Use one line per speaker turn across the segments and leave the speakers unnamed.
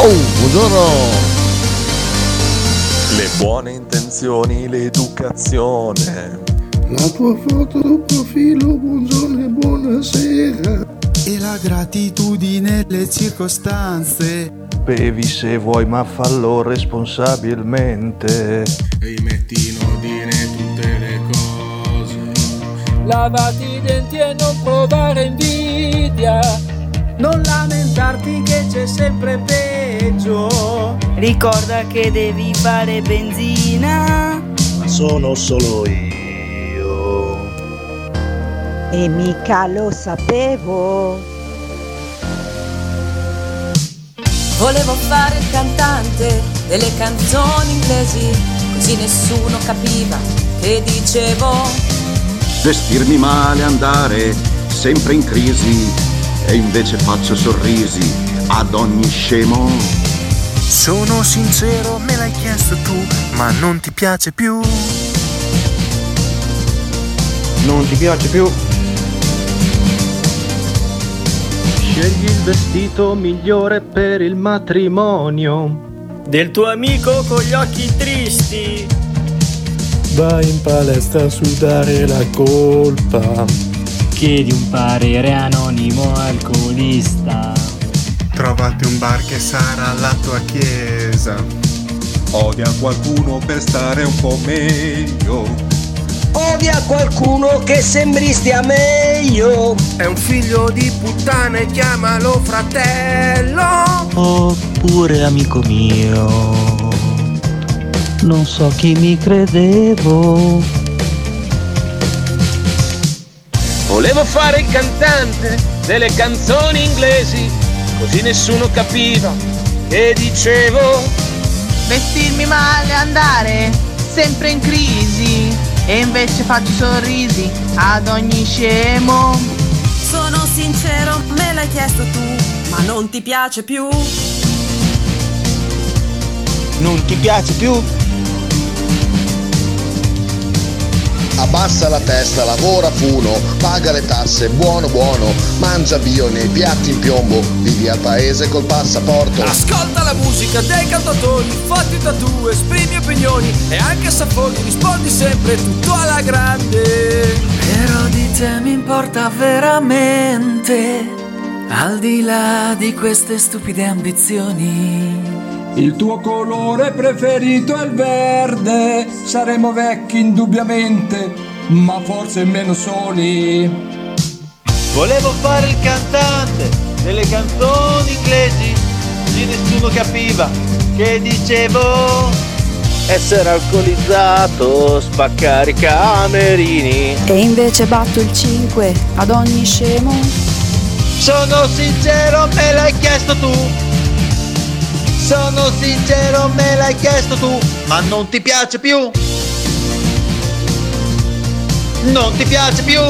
Oh, buongiorno.
Le buone intenzioni, l'educazione.
La tua foto profilo, buongiorno e buonasera.
E la gratitudine, le circostanze.
Bevi se vuoi ma fallo responsabilmente.
E metti in ordine tutte le cose.
Lavati i denti e non provare invidia.
Non lamentarti che c'è sempre peggio.
Ricorda che devi fare benzina.
Ma sono solo io.
E mica lo sapevo.
Volevo fare il cantante delle canzoni inglesi, così nessuno capiva che dicevo.
Vestirmi male, andare sempre in crisi, e invece faccio sorrisi ad ogni scemo.
Sono sincero, me l'hai chiesto tu, ma non ti piace più.
Non ti piace più? Scegli il vestito migliore per il matrimonio.
Del tuo amico con gli occhi tristi.
Vai in palestra a sudare la colpa.
Chiedi un parere anonimo alcolista.
Trovati un bar che sarà la tua chiesa.
Odia qualcuno per stare un po' meglio.
Odia qualcuno che sembri stia meglio.
È un figlio di puttana e chiamalo fratello.
Oppure amico mio, non so chi mi credevo.
Volevo fare il cantante delle canzoni inglesi, così nessuno capiva che dicevo.
Vestirmi male, andare sempre in crisi, e invece faccio sorrisi ad ogni scemo.
Sono sincero, me l'hai chiesto tu, ma non ti piace più.
Non ti piace più?
Abbassa la testa, lavora funo, paga le tasse, buono buono, mangia bio nei piatti in piombo, vivi al paese col passaporto.
Ascolta la musica dei cantatori, fatti tattoo, esprimi opinioni e anche se affondi rispondi sempre tutto alla grande.
Però di te mi importa veramente, al di là di queste stupide ambizioni.
Il tuo colore preferito è il verde. Saremo vecchi indubbiamente, ma forse meno soli.
Volevo fare il cantante delle canzoni inglesi, così nessuno capiva che dicevo.
Essere alcolizzato, spaccare i camerini.
E invece batto il 5 ad ogni scemo.
Sono sincero, me l'hai chiesto tu. Sono sincero, me l'hai chiesto tu, ma non ti piace più? Non ti piace più?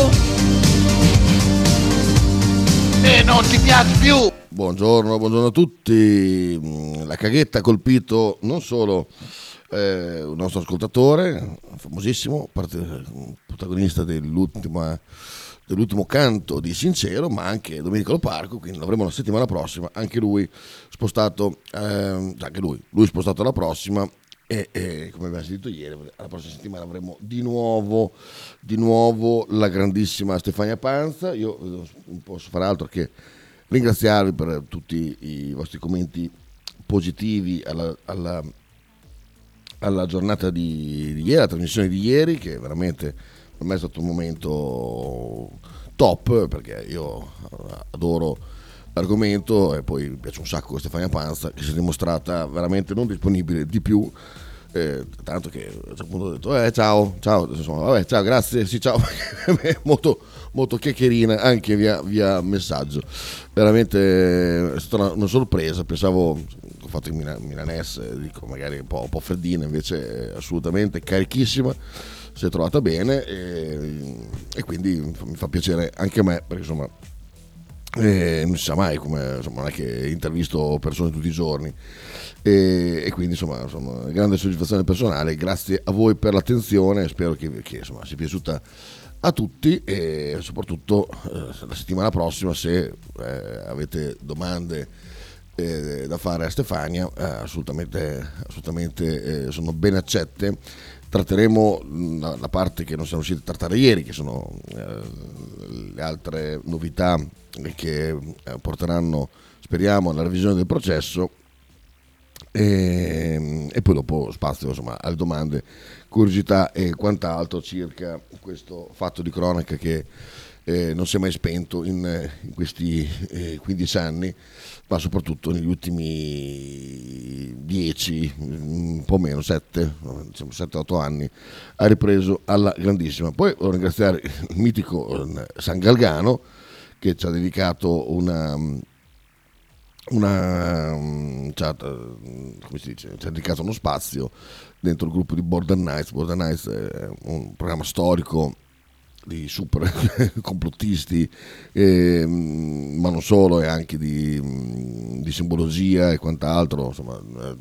E non ti piace più?
Buongiorno a tutti. La caghetta ha colpito non solo un nostro ascoltatore, famosissimo, protagonista dell'ultimo canto di Sincero, ma anche Domenico Loparco, quindi l'avremo la settimana prossima, anche lui spostato, lui spostato alla prossima e come abbiamo sentito ieri, la prossima settimana avremo di nuovo la grandissima Stefania Panza. Io non posso fare altro che ringraziarvi per tutti i vostri commenti positivi alla giornata di ieri, alla trasmissione di ieri, che veramente per me è stato un momento top, perché io adoro l'argomento e poi mi piace un sacco Stefania Panza, che si è dimostrata veramente non disponibile di più, tanto che a un certo punto ho detto ciao, insomma, vabbè, ciao, grazie, sì, ciao, molto chiacchierina anche via messaggio. Veramente è stata una sorpresa. Pensavo, ho fatto il milanese, dico magari un po' freddina, invece assolutamente carichissima, si è trovata bene e quindi mi fa piacere anche a me, perché insomma non si sa mai, come insomma, non è che intervisto persone tutti i giorni e quindi insomma grande soddisfazione personale. Grazie a voi per l'attenzione, spero che insomma sia piaciuta a tutti e soprattutto la settimana prossima, se avete domande da fare a Stefania assolutamente sono ben accette. Tratteremo la parte che non siamo riusciti a trattare ieri, che sono le altre novità che porteranno, speriamo, alla revisione del processo, e poi dopo spazio, insomma, alle domande, curiosità e quant'altro circa questo fatto di cronaca che non si è mai spento in questi 15 anni, ma soprattutto negli ultimi 10, un po' meno, 7-8 anni, ha ripreso alla grandissima. Poi voglio ringraziare il mitico San Galgano, che ci ha dedicato come si dice, ci ha dedicato uno spazio dentro il gruppo di Border Nights. Border Nights è un programma storico di super complottisti, ma non solo, e anche di simbologia e quant'altro. Insomma,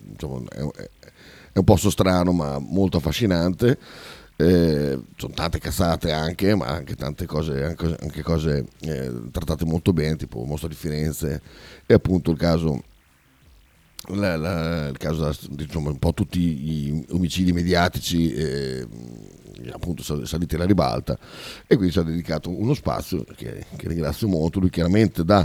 è un posto strano ma molto affascinante. Sono tante cazzate anche, ma anche tante cose, anche cose trattate molto bene, tipo Mostro di Firenze, e appunto il caso insomma, un po' tutti gli omicidi mediatici, appunto saliti alla ribalta, e quindi ci ha dedicato uno spazio che ringrazio molto. Lui chiaramente dà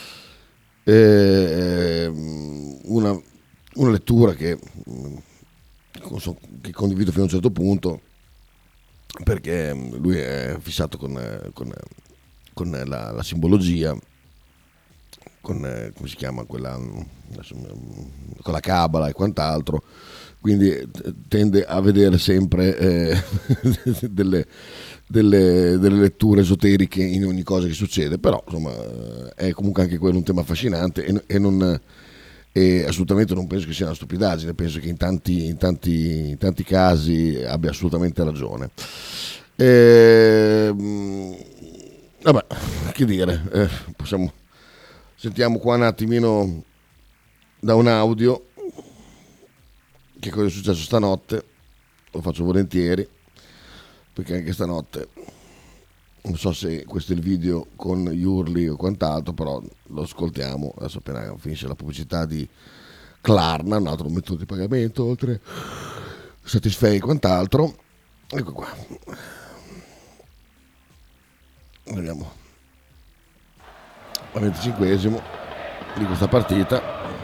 una lettura che condivido fino a un certo punto, perché lui è fissato con la simbologia, come si chiama quella, con la cabala e quant'altro, quindi tende a vedere sempre delle letture esoteriche in ogni cosa che succede. Però insomma è comunque anche quello un tema affascinante, e assolutamente non penso che sia una stupidaggine, penso che in tanti casi abbia assolutamente ragione. Vabbè, che dire, sentiamo qua un attimino da un audio che cosa è successo stanotte. Lo faccio volentieri, perché anche stanotte, non so se questo è il video con gli urli o quant'altro, però lo ascoltiamo adesso appena finisce la pubblicità di Klarna, un altro metodo di pagamento oltre Satisfy e quant'altro. Ecco qua, vediamo al 25esimo di questa partita.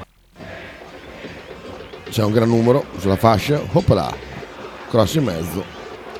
C'è un gran numero sulla fascia, hoppala, cross in mezzo,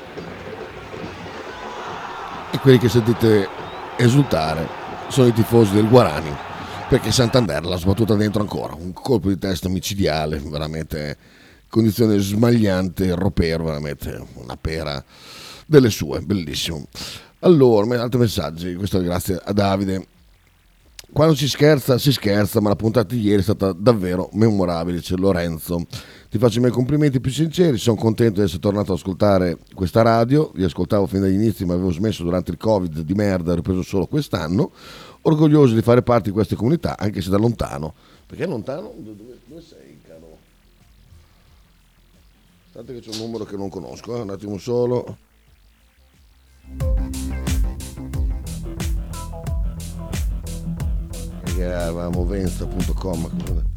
e quelli che sentite esultare sono i tifosi del Guarani, perché Santander l'ha sbattuta dentro ancora, un colpo di testa micidiale, veramente condizione smagliante, ropero, veramente una pera delle sue, bellissimo. Allora, altri messaggi, questo è grazie a Davide. Quando si scherza, ma la puntata di ieri è stata davvero memorabile, c'è Lorenzo. Ti faccio i miei complimenti più sinceri, sono contento di essere tornato ad ascoltare questa radio, vi ascoltavo fin dagli inizi ma avevo smesso durante il Covid di merda, ho ripreso solo quest'anno, orgoglioso di fare parte di queste comunità, anche se da lontano. Perché lontano? Dove sei, caro? Tanto che c'è un numero che non conosco, un attimo solo. Movenza.com.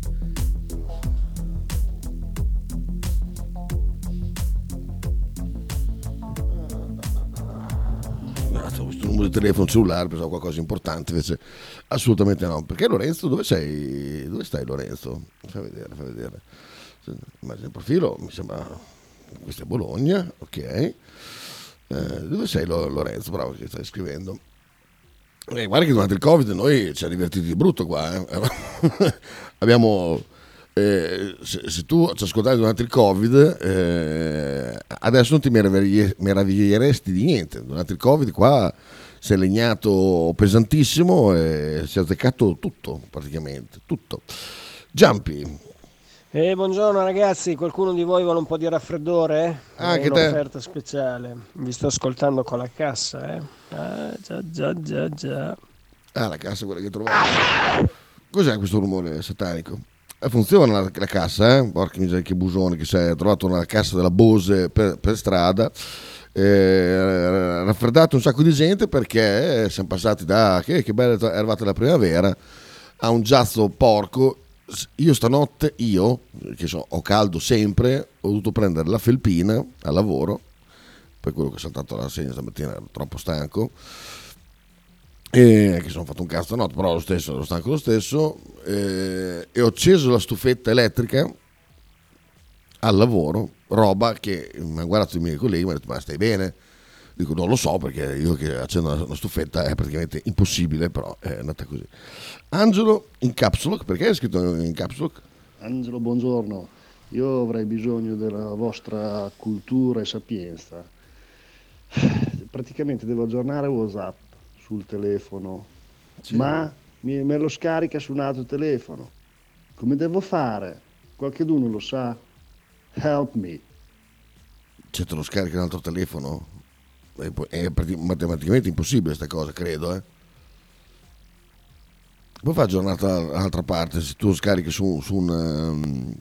Questo numero di telefono cellulare, pensavo qualcosa di importante, invece assolutamente no. Perché Lorenzo, dove sei? Dove stai, Lorenzo? Fai vedere. Immagino il profilo, mi sembra questo è Bologna, ok. Dove sei, Lorenzo? Bravo che stai scrivendo. Guarda che durante il Covid noi ci ha divertiti di brutto qua. Abbiamo se tu ci ascoltavi durante il Covid, adesso non ti meraviglieresti di niente. Durante il Covid qua si è legnato pesantissimo e si è azzeccato tutto, praticamente tutto. Giampi.
Buongiorno ragazzi, qualcuno di voi vuole un po' di raffreddore?
Anche te.
Un'offerta speciale, vi sto ascoltando con la cassa, già.
La cassa è quella che trovate. Cos'è questo rumore satanico? Funziona la cassa, porca miseria, che busone che sei, ha trovato una cassa della Bose per strada, raffreddato un sacco di gente, perché siamo passati da che bella è arrivata la primavera a un giazzo porco io stanotte, ho caldo sempre, ho dovuto prendere la felpina al lavoro, per quello che ho saltato la segna stamattina, ero troppo stanco, e che sono fatto un cazzo stanotte, però ero stanco lo stesso, e ho acceso la stufetta elettrica al lavoro, roba che mi hanno guardato i miei colleghi e mi hanno detto: ma stai bene? Dico: non lo so, perché io che accendo una stufetta è praticamente impossibile, però è andata così. Angelo in caps lock, perché hai scritto in caps lock?
Angelo, buongiorno, io avrei bisogno della vostra cultura e sapienza. Praticamente devo aggiornare WhatsApp sul telefono, sì, ma me lo scarica su un altro telefono. Come devo fare? Qualcheduno lo sa? Help me.
Cioè, te lo scarica un altro telefono? È matematicamente impossibile sta cosa, credo, Poi fa giornata dall'altra parte, se tu lo scarichi su un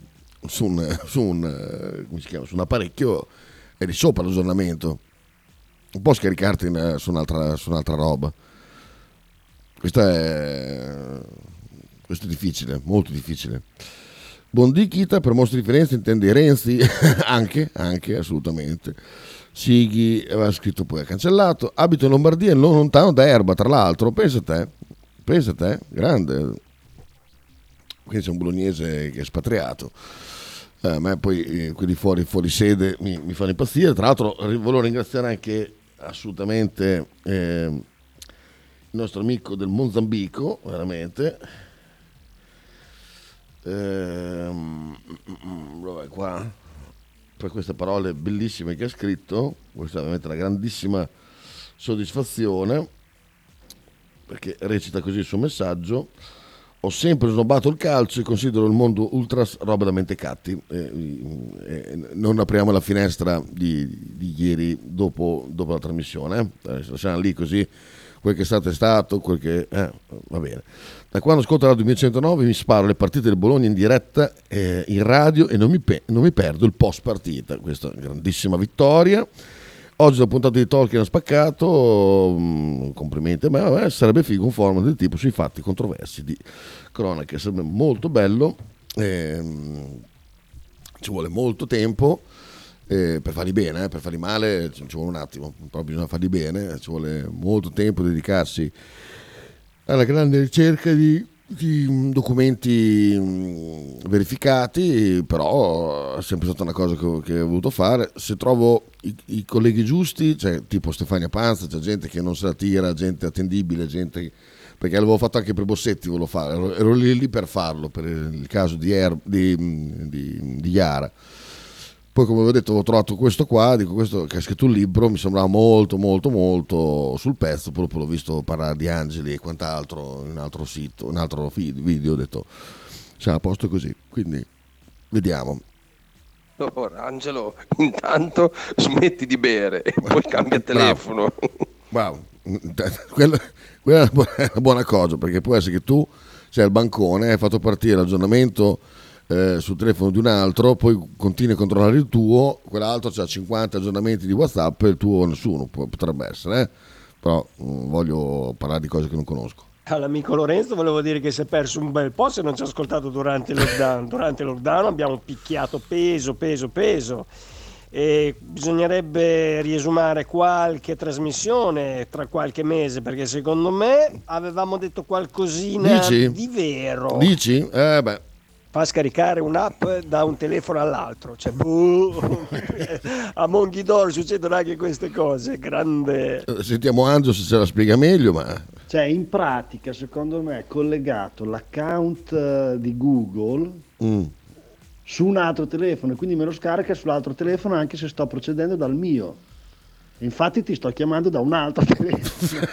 come si chiama, su un apparecchio, è di sopra l'aggiornamento, non può scaricarti su un'altra roba. Questo è difficile, molto difficile. Buondì Kita, per mostri di Firenze intendi Renzi? anche assolutamente. Sighi aveva scritto, poi ha cancellato. Abito in Lombardia, non lontano da Erba, tra l'altro. Pensa a te, grande. Quindi c'è un bolognese che è espatriato. Ma poi quelli fuori sede mi fanno impazzire. Tra l'altro volevo ringraziare anche assolutamente il nostro amico del Mozambico, veramente. Qua, per queste parole bellissime che ha scritto, questa è veramente una grandissima soddisfazione, perché recita così il suo messaggio: ho sempre snobbato il calcio e considero il mondo ultras roba da mentecatti. Non apriamo la finestra di ieri dopo la trasmissione, lasciamo lì così, quel che è stato, quel che va bene. Da quando ascolto la 2109 mi sparo le partite del Bologna in diretta in radio e non mi perdo il post partita. Questa è una grandissima vittoria. Oggi la puntata di Tolkien ha spaccato, complimenti, ma sarebbe figo un forum del tipo sui fatti controversi di cronache, sarebbe molto bello. Ci vuole molto tempo per farli bene, per farli male ci vuole un attimo, però bisogna farli bene, ci vuole molto tempo dedicarsi alla grande ricerca di documenti verificati, però è sempre stata una cosa che ho voluto fare. Se trovo i colleghi giusti, cioè tipo Stefania Panza, c'è gente che non se la tira, gente attendibile, gente, perché l'avevo fatto anche per Bossetti, volevo fare, ero lì per farlo, per il caso di Iara. Poi, come avevo detto, ho trovato questo qua, dico, questo che ha scritto un libro, mi sembrava molto molto molto sul pezzo. Poi l'ho visto parlare di angeli e quant'altro in un altro sito, un altro video, ho detto siamo a posto così, quindi vediamo.
Allora, Angelo, intanto smetti di bere e poi cambia telefono.
Wow. Quella è una buona cosa, perché può essere che tu sei al bancone, hai fatto partire l'aggiornamento sul telefono di un altro, poi continui a controllare il tuo, quell'altro c'ha 50 aggiornamenti di WhatsApp e il tuo nessuno, potrebbe essere, però voglio parlare di cose che non conosco.
All'amico Lorenzo volevo dire che si è perso un bel po' se non ci ha ascoltato durante il lockdown. Durante il lockdown abbiamo picchiato peso e bisognerebbe riesumare qualche trasmissione tra qualche mese, perché secondo me avevamo detto qualcosina di vero.
Dici?
Fa scaricare un'app da un telefono all'altro, cioè a Monghidoro succedono anche queste cose, grande.
Sentiamo Angelo se ce la spiega meglio, ma
cioè in pratica secondo me è collegato l'account di Google su un altro telefono e quindi me lo scarica sull'altro telefono anche se sto procedendo dal mio. Infatti ti sto chiamando da un altro telefono.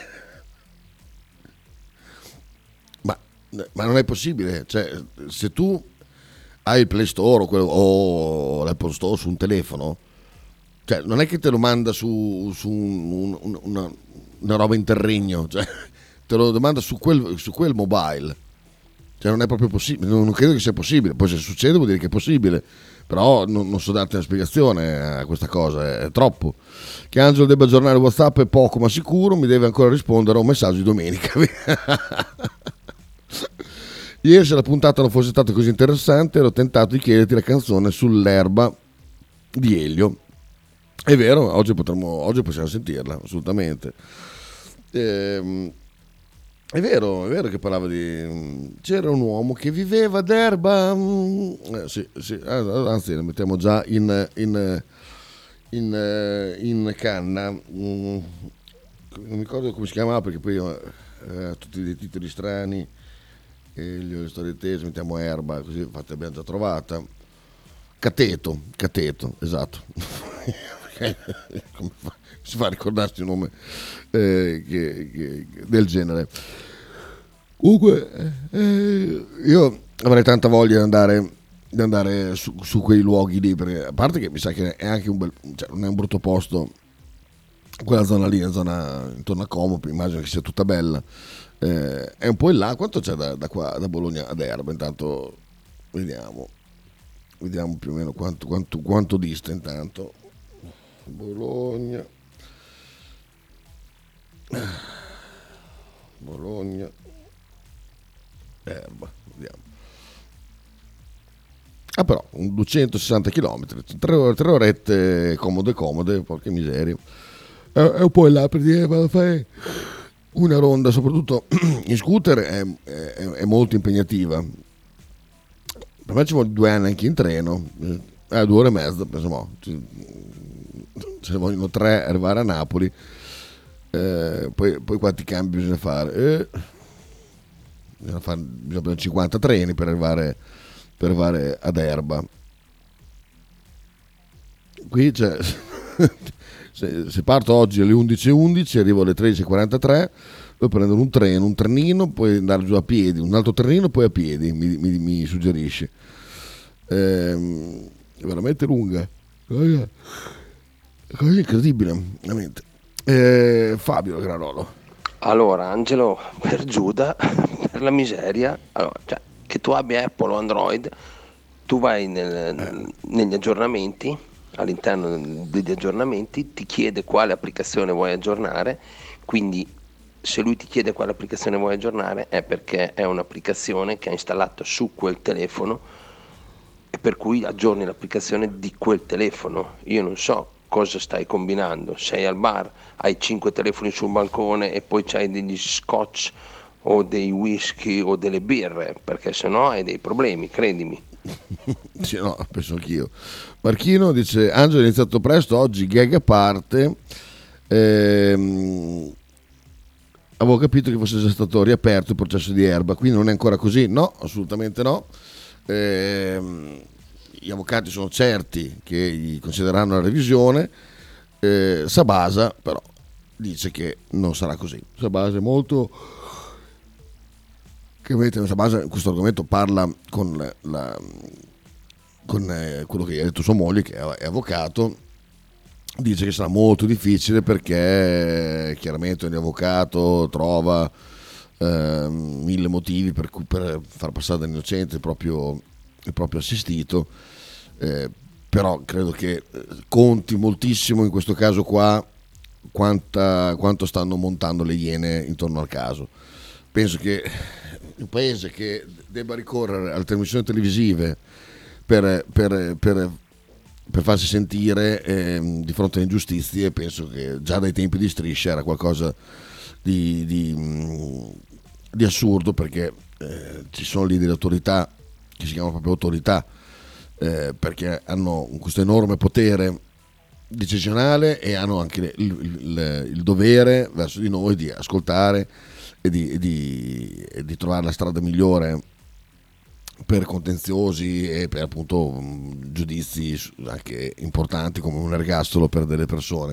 Ma non è possibile, cioè se tu hai il Play Store o l'Apple Store su un telefono, cioè non è che te lo manda su una roba in terreno, cioè te lo domanda su quel mobile, cioè non è proprio possibile, non credo che sia possibile. Poi se succede vuol dire che è possibile, però non so darti una spiegazione a questa cosa, è troppo. Che Angelo debba aggiornare WhatsApp è poco ma sicuro, mi deve ancora rispondere a un messaggio di domenica. Ieri, se la puntata non fosse stata così interessante, ero tentato di chiederti la canzone Sull'erba di Elio. È vero, oggi possiamo sentirla, assolutamente. È vero che parlava di... C'era un uomo che viveva d'erba. Sì, anzi, la mettiamo già in canna. Non mi ricordo come si chiamava, perché poi tutti dei titoli strani. Le storie tese, mettiamo erba, così infatti abbiamo già trovata. Cateto, esatto. Come si fa a ricordarsi un nome del genere? Comunque io avrei tanta voglia di andare su quei luoghi lì, perché a parte che mi sa che è anche un bel, cioè non è un brutto posto quella zona lì, la zona intorno a Como, immagino che sia tutta bella. È un po' in là. Quanto c'è da qua, da Bologna ad Erba? Intanto vediamo più o meno quanto dista. Intanto Bologna Erba, vediamo. Però 260 km, 3 orette comode, porca miseria. È un po' in là, per dire, vado a fare una ronda, soprattutto in scooter è molto impegnativa. Per me ci vuole 2 anni anche in treno, 2 ore e mezza, penso, ce ne vogliono 3 arrivare a Napoli. Poi quanti cambi bisogna fare? Bisogna fare 50 treni per arrivare ad Erba. Qui c'è se parto oggi alle 11:11, arrivo alle 13:43, poi prendo un trenino, poi andare giù a piedi, un altro trenino, poi a piedi, mi suggerisce. È veramente lunga, cosa incredibile, veramente. Fabio Granolo.
Allora, Angelo, per Giuda, per la miseria, allora, cioè, che tu abbia Apple o Android, tu vai negli aggiornamenti, all'interno degli aggiornamenti ti chiede quale applicazione vuoi aggiornare, quindi se lui ti chiede quale applicazione vuoi aggiornare è perché è un'applicazione che ha installato su quel telefono e per cui aggiorni l'applicazione di quel telefono. Io non so cosa stai combinando, sei al bar, hai 5 telefoni sul bancone e poi c'hai degli scotch o dei whisky o delle birre, perché sennò hai dei problemi, credimi.
Sì, no, penso anch'io. Marchino dice: Angelo è iniziato presto, oggi gag a parte. Avevo capito che fosse già stato riaperto il processo di Erba, quindi non è ancora così? No, assolutamente no. Gli avvocati sono certi che gli considereranno la revisione. Sabasa però dice che non sarà così. Sabasa è molto... Sabasa in questo argomento parla con quello che ha detto sua moglie, che è avvocato. Dice che sarà molto difficile perché chiaramente ogni avvocato trova 1000 motivi per far passare da innocente il proprio assistito, però credo che conti moltissimo in questo caso qua quanto stanno montando le iene intorno al caso. Penso che un paese che debba ricorrere alle trasmissioni televisive per farsi sentire di fronte alle ingiustizie, penso che già dai tempi di Striscia era qualcosa di assurdo, perché ci sono lì delle autorità che si chiamano proprio autorità, perché hanno questo enorme potere decisionale e hanno anche il dovere verso di noi di ascoltare e di trovare la strada migliore per contenziosi e per appunto giudizi anche importanti come un ergastolo per delle persone.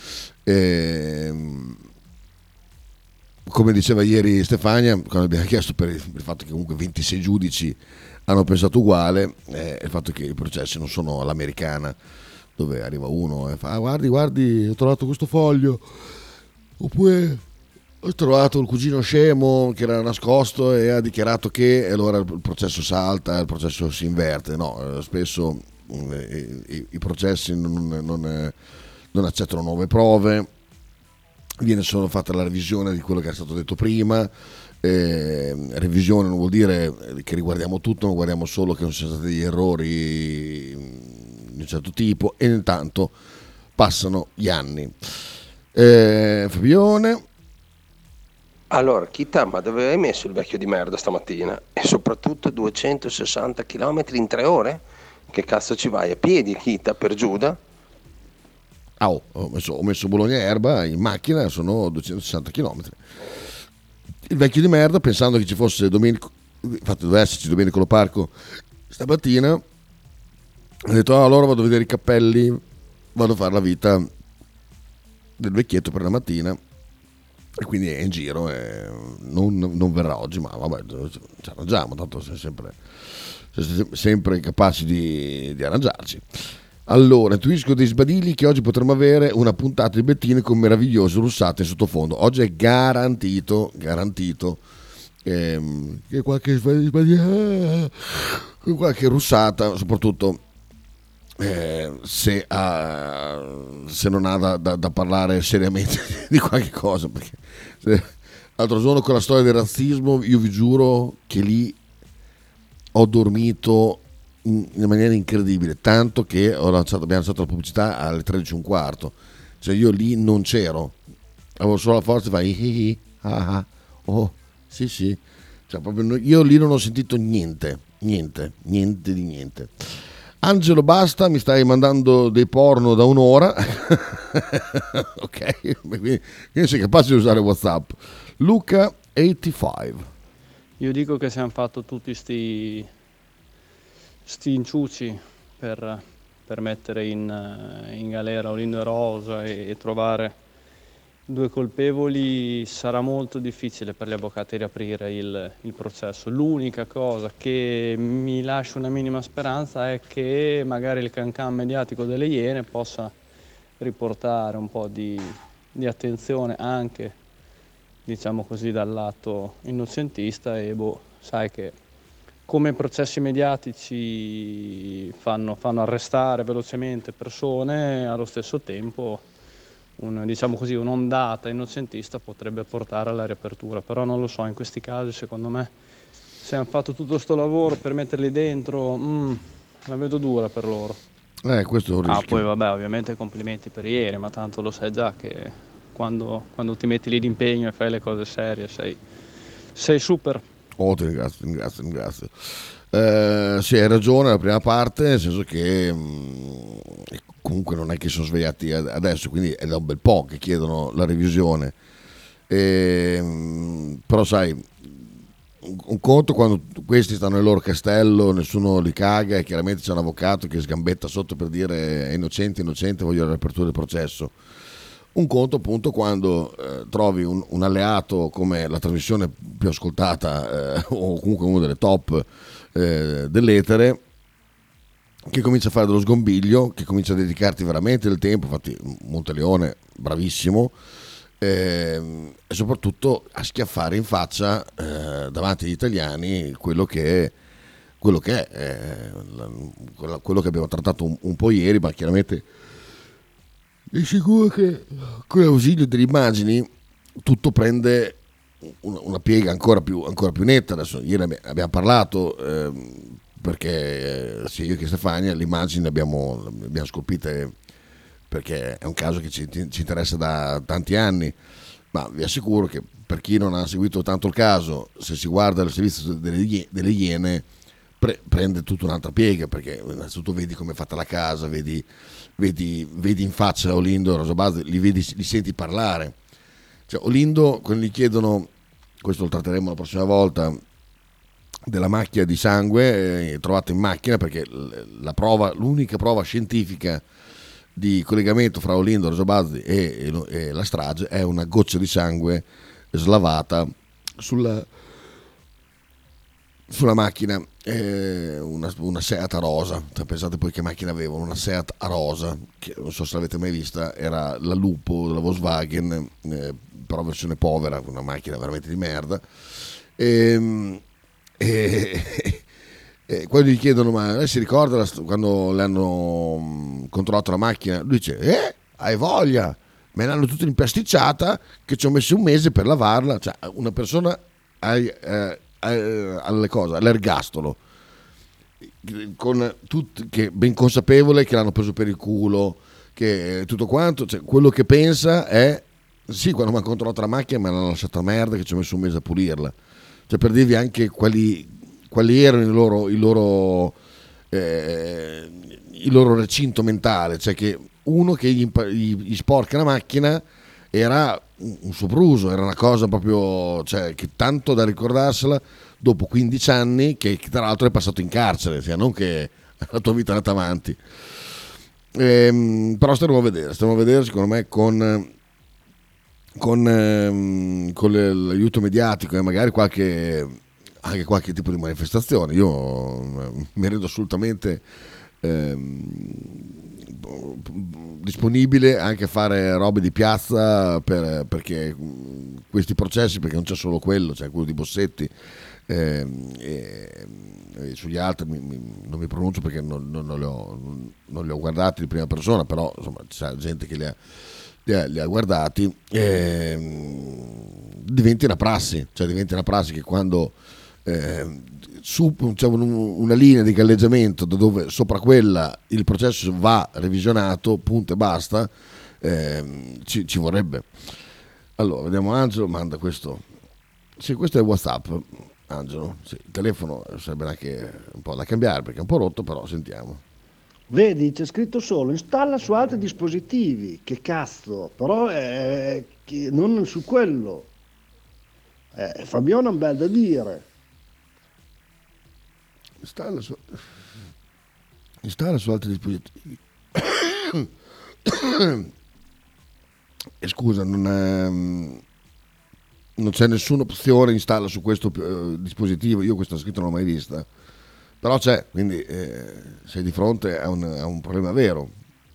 Come diceva ieri Stefania, quando abbiamo chiesto per il fatto che comunque 26 giudici hanno pensato uguale, il fatto che i processi non sono all'americana, dove arriva uno e fa guardi, ho trovato questo foglio, oppure ho trovato il cugino scemo che era nascosto e ha dichiarato che, e allora il processo salta, il processo si inverte. No, spesso i processi non accettano nuove prove, viene solo fatta la revisione di quello che è stato detto prima, Revisione non vuol dire che riguardiamo tutto, non guardiamo solo che non siano stati degli errori di un certo tipo, e intanto passano gli anni. Fabione.
Allora, Chita, ma dove hai messo il vecchio di merda stamattina? E soprattutto 260 km in 3 ore? Che cazzo ci vai a piedi, Chita, per Giuda?
Ho messo Bologna Erba in macchina, sono 260 km. Il vecchio di merda, pensando che ci fosse Domenico, infatti doveva esserci Domenico Lo Parco stamattina, ha detto allora vado a vedere i cappelli, vado a fare la vita del vecchietto per la mattina, e quindi è in giro e non verrà oggi, ma vabbè, ci arrangiamo, tanto siamo sempre capaci di arrangiarci. Allora, intuisco dei sbadili che oggi potremmo avere una puntata di Bettine con meravigliose russate in sottofondo. Oggi è garantito che qualche sbadile, qualche russata, soprattutto se non ha da parlare seriamente di qualche cosa, perché l'altro giorno con la storia del razzismo io vi giuro che lì ho dormito in maniera incredibile, tanto che abbiamo lanciato la pubblicità alle 13:15, cioè io lì non c'ero, avevo solo la forza di fare sì, cioè proprio io lì non ho sentito niente di niente. Angelo, basta, mi stai mandando dei porno da un'ora. Ok, quindi sei capace di usare WhatsApp. Luca 85.
Io dico che si hanno fatto tutti sti inciuci per mettere in galera Olindo e Rosa e trovare due colpevoli. Sarà molto difficile per gli avvocati riaprire il processo. L'unica cosa che mi lascia una minima speranza è che magari il cancan mediatico delle Iene possa riportare un po' di attenzione anche, diciamo così, dal lato innocentista, e sai che come processi mediatici fanno arrestare velocemente persone, allo stesso tempo diciamo così, un'ondata innocentista potrebbe portare alla riapertura. Però non lo so, in questi casi secondo me, se hanno fatto tutto sto lavoro per metterli dentro, la vedo dura per loro.
Questo è un rischio.
Poi vabbè, ovviamente complimenti per ieri, ma tanto lo sai già che quando ti metti lì d'impegno e fai le cose serie sei super.
Ti ringrazio. Sì, hai ragione la prima parte, nel senso che comunque non è che sono svegliati adesso, quindi è da un bel po' che chiedono la revisione, però sai, un conto quando questi stanno nel loro castello, nessuno li caga e chiaramente c'è un avvocato che sgambetta sotto per dire è innocente, voglio la riapertura del processo. Un conto appunto quando trovi un alleato come la trasmissione più ascoltata o comunque una delle top dell'etere, che comincia a fare dello sgombiglio, che comincia a dedicarti veramente del tempo. Infatti Monteleone bravissimo, e soprattutto a schiaffare in faccia davanti agli italiani quello che è quello che abbiamo trattato un po' ieri, ma chiaramente è sicuro che con l'ausilio delle immagini tutto prende una piega ancora più netta. Adesso ieri abbiamo parlato perché sia io che Stefania le immagini le abbiamo scolpite perché è un caso che ci interessa da tanti anni, ma vi assicuro che per chi non ha seguito tanto il caso, se si guarda il servizio delle Iene prende tutta un'altra piega, perché innanzitutto vedi come è fatta la casa, vedi in faccia Olindo e Rosa Bazzi, li senti parlare. Cioè, Olindo, quando gli chiedono, questo lo tratteremo la prossima volta, della macchia di sangue trovata in macchina, perché l'unica prova scientifica di collegamento fra Olindo, Rosa Bazzi e la strage è una goccia di sangue slavata sulla macchina, una Seat Arosa. Pensate poi che macchina avevano, una Seat Arosa, che non so se l'avete mai vista, era la Lupo della Volkswagen, però versione povera, una macchina veramente di merda. Quando gli chiedono ma lei si ricorda quando le hanno controllato la macchina, lui dice hai voglia, me l'hanno tutta impasticciata che ci ho messo un mese per lavarla. Cioè, una persona alle cose, all'ergastolo, con tutti, che ben consapevole che l'hanno preso per il culo, che tutto quanto, cioè, quello che pensa è sì, quando mi hanno controllato la macchina mi hanno lasciato merda che ci ho messo un mese a pulirla, cioè per dirvi anche quali erano il loro recinto mentale, cioè che uno che gli sporca la macchina era un sopruso, era una cosa proprio, cioè, che tanto da ricordarsela dopo 15 anni, che tra l'altro è passato in carcere, cioè non che la tua vita è andata avanti. Però stiamo a vedere secondo me con l'aiuto mediatico e magari anche qualche tipo di manifestazione. Io mi rendo assolutamente disponibile anche a fare robe di piazza perché questi processi, perché non c'è solo quello, c'è quello di Bossetti e sugli altri non mi pronuncio perché non li ho guardati di prima persona, però insomma c'è gente che li ha guardati. Diventi una prassi che quando c'è una linea di galleggiamento dove sopra quella il processo va revisionato, punto e basta, ci vorrebbe. Allora vediamo, Angelo manda questo. Sì, questo è WhatsApp, Angelo. Sì, il telefono sarebbe anche un po' da cambiare perché è un po' rotto, però sentiamo.
Vedi, c'è scritto solo installa su altri dispositivi, che cazzo, però non su quello. Fabione ha un bel da dire.
Installa su altri dispositivi. E scusa, non c'è nessuna opzione installa su questo dispositivo. Io questa scritta non l'ho mai vista, però c'è, quindi sei di fronte a un problema vero.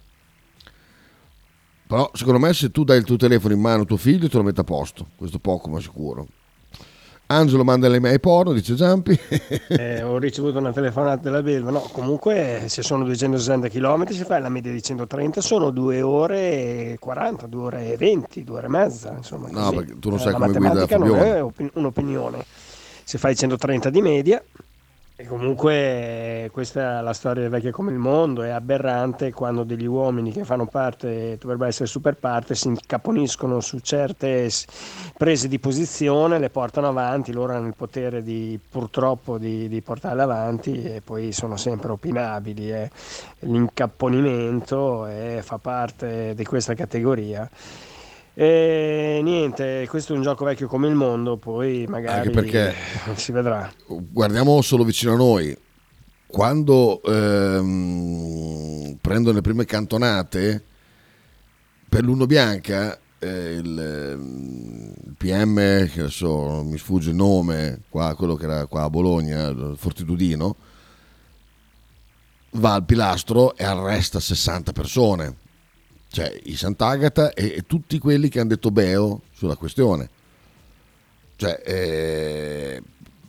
Però secondo me se tu dai il tuo telefono in mano a tuo figlio te lo mette a posto, questo poco ma sicuro. Angelo manda le mail porno, dice Giampi.
Ho ricevuto una telefonata della Belva. No, comunque se sono 260 km si fa la media di 130, sono 2 ore e 40, 2 ore e 20, 2 ore e mezza, insomma.
No,
così.
perché tu non sai
la
come guida
matematica
Fabione.
non è un'opinione. Se fai 130 di media, e comunque questa è la storia vecchia come il mondo, è aberrante quando degli uomini che fanno parte, dovrebbero essere super parte, si incaponiscono su certe prese di posizione, le portano avanti, loro hanno il potere purtroppo di portarle avanti e poi sono sempre opinabili. L'incapponimento fa parte di questa categoria. E niente, questo è un gioco vecchio come il mondo, poi magari
Anche perché
si vedrà.
Guardiamo solo vicino a noi, quando prendono le prime cantonate per l'Uno Bianca, il PM, che adesso mi sfugge il nome, quello che era qua a Bologna, Fortitudino, va al pilastro e arresta 60 persone. Cioè i Sant'Agata e tutti quelli che hanno detto beo sulla questione, cioè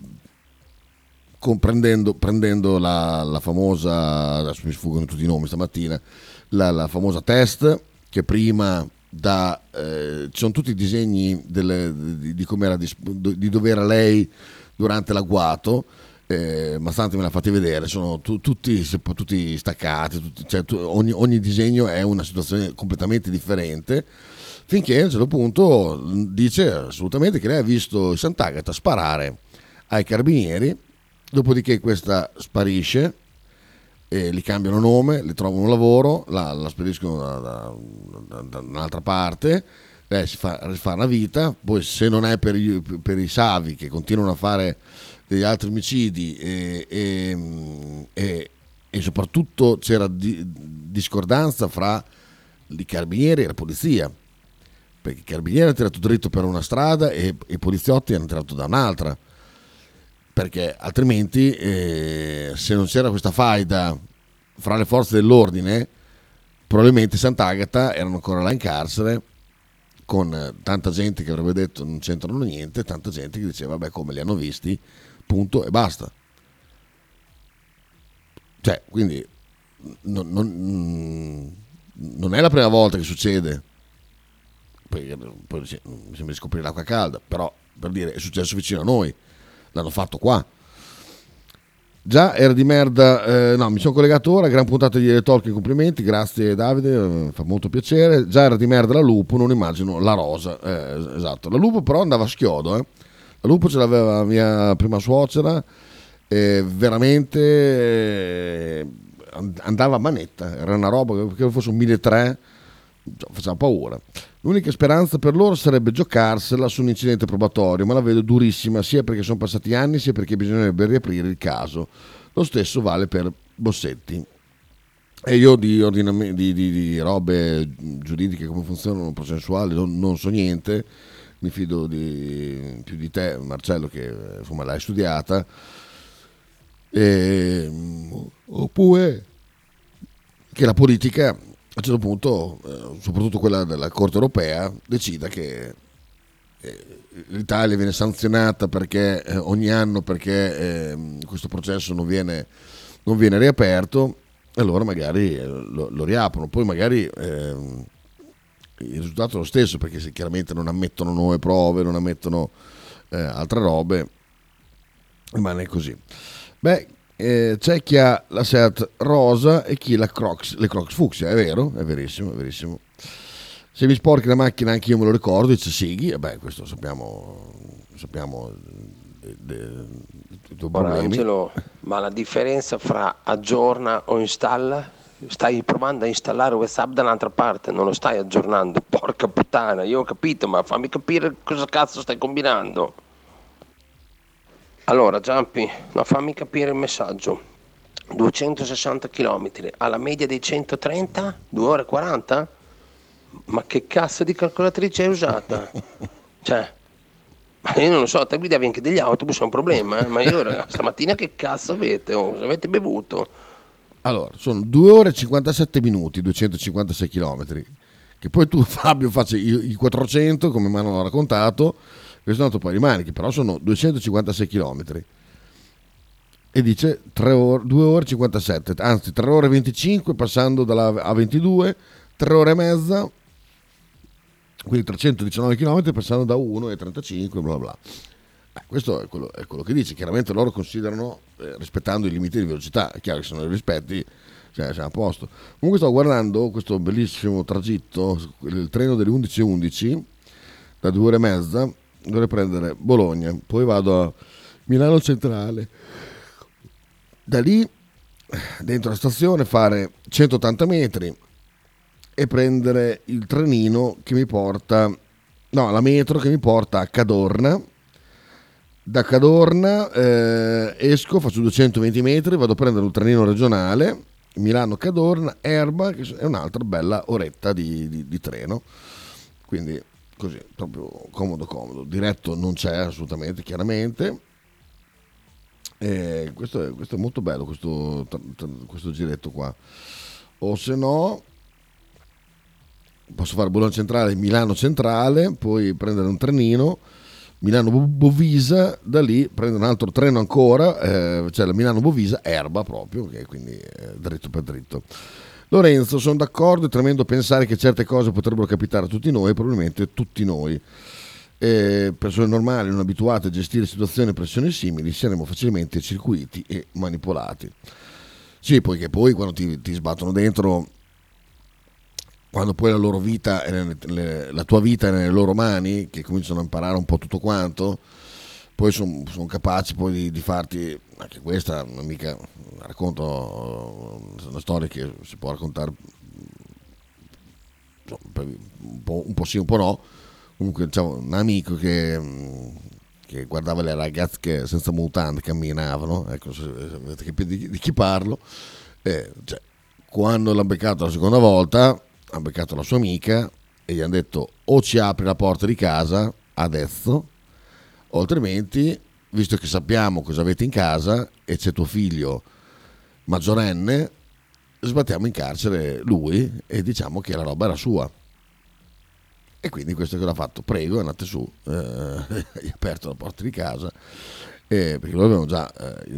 prendendo la famosa, adesso mi sfuggono tutti i nomi stamattina, la famosa test che prima ci sono tutti i disegni di come era di dove era lei durante l'agguato. Mazzante me l'ha fatti vedere, sono tutti staccati, cioè, ogni disegno è una situazione completamente differente, finché a un certo punto dice assolutamente che lei ha visto Sant'Agata sparare ai carabinieri, dopodiché questa sparisce, gli cambiano nome, le trovano un lavoro, la spediscono da un'altra parte, lei si fa una vita, poi se non è per i Savi che continuano a fare degli altri omicidi e soprattutto c'era discordanza fra i carabinieri e la polizia, perché i carabinieri hanno tirato dritto per una strada e i poliziotti hanno tirato da un'altra, perché altrimenti se non c'era questa faida fra le forze dell'ordine probabilmente Sant'Agata erano ancora là in carcere, con tanta gente che avrebbe detto non c'entrano niente, tanta gente che diceva vabbè, come li hanno visti, punto e basta. Cioè, quindi non è la prima volta che succede, poi mi sembra di scoprire l'acqua calda, però per dire, è successo vicino a noi, l'hanno fatto qua. Già era di merda, no, mi sono collegato ora, gran puntata di The Talking, complimenti, grazie Davide, fa molto piacere. Già era di merda la Lupo, non immagino la Rosa, esatto. La Lupo però andava a schiodo, La Lupo ce l'aveva la mia prima suocera, veramente andava a manetta, era una roba che fosse un 1.300, faceva paura. L'unica speranza per loro sarebbe giocarsela su un incidente probatorio, ma la vedo durissima, sia perché sono passati anni, sia perché bisognerebbe riaprire il caso. Lo stesso vale per Bossetti. E io di robe giuridiche, come funzionano, processuali, non so niente. Mi fido più di te, Marcello, che insomma l'hai studiata. Oppure che la politica a un certo punto, soprattutto quella della Corte Europea, decida che l'Italia viene sanzionata perché ogni anno perché questo processo non viene riaperto, e allora magari lo riaprono. Poi magari il risultato è lo stesso, perché se chiaramente non ammettono nuove prove, non ammettono altre robe, rimane così. Beh, c'è chi ha la Seat rosa e chi le Crocs fucsia, è vero, è verissimo, è verissimo. Se mi sporchi la macchina anche io me lo ricordo, dice Sighi, e beh, questo sappiamo dei
Ora, Angelo, ma la differenza fra aggiorna o installa? Stai provando a installare WhatsApp da un'altra parte, non lo stai aggiornando, porca puttana, io ho capito, ma fammi capire cosa cazzo stai combinando. Allora, Giampi, no, fammi capire il messaggio. 260 km alla media dei 130, 2 ore e 40? Ma che cazzo di calcolatrice hai usata? Cioè, ma io non lo so, te guidavi anche degli autobus, è un problema, ma io stamattina che cazzo avete? Avete bevuto?
Allora, sono 2 ore e 57 minuti, 256 km. Che poi tu, Fabio, faccia i 400, come mi hanno raccontato. Questo è un altro paio di maniche, però sono 256 km e dice 2 ore e 57, anzi 3 ore e 25 passando dalla A22, 3 ore e mezza, quindi 319 km passando da 1 e 35, bla bla. Questo è quello che dice. Chiaramente loro considerano, rispettando i limiti di velocità, è chiaro che se non li rispetti siamo a posto. Comunque sto guardando questo bellissimo tragitto, il treno delle 11:11 da 2 ore e mezza. Dovrei prendere Bologna, poi vado a Milano Centrale, da lì dentro la stazione fare 180 metri e prendere il trenino che mi porta, la metro che mi porta a Cadorna. Da Cadorna esco, faccio 220 metri, vado a prendere un trenino regionale Milano-Cadorna, Erba, che è un'altra bella oretta di treno, quindi così, proprio comodo. Diretto non c'è assolutamente, chiaramente. Questo è molto bello, questo giretto qua. O se no posso fare Bologna Centrale, Milano Centrale, poi prendere un trenino Milano Bovisa, da lì prendere un altro treno ancora, cioè la Milano Bovisa Erba proprio, che quindi dritto per dritto. Lorenzo, sono d'accordo, è tremendo pensare che certe cose potrebbero capitare a tutti noi, probabilmente tutti noi. Persone normali, non abituate a gestire situazioni e pressioni simili, saremo facilmente circuiti e manipolati. Sì, poiché poi quando ti sbattono dentro, quando poi la loro vita, la tua vita è nelle loro mani, che cominciano a imparare un po' tutto quanto, poi sono capaci poi di farti, anche questa non mica racconto una storia che si può raccontare un po' sì, un po' no. Comunque c'è un amico che guardava le ragazze che senza mutande camminavano, ecco, se avete capito di chi parlo. Cioè, quando l'ha beccato la seconda volta, ha beccato la sua amica e gli hanno detto: o ci apri la porta di casa adesso, o altrimenti, visto che sappiamo cosa avete in casa e c'è tuo figlio maggiorenne, sbattiamo in carcere lui e diciamo che la roba era sua. E quindi questo che l'ha fatto: prego, andate su, gli ha aperto la porta di casa, perché lo avevamo già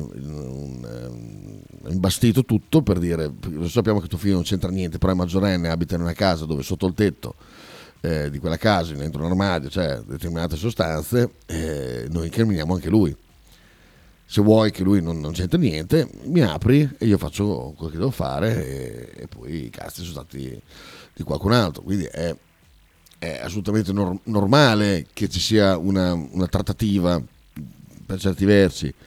imbastito tutto, per dire: lo sappiamo che tuo figlio non c'entra niente, però è maggiorenne, abita in una casa dove sotto il tetto di quella casa dentro un armadio, cioè determinate sostanze, noi incriminiamo anche lui. Se vuoi che lui non c'entra niente, mi apri e io faccio quello che devo fare e poi i cazzi sono stati di qualcun altro. Quindi è assolutamente normale che ci sia una trattativa per certi versi. Il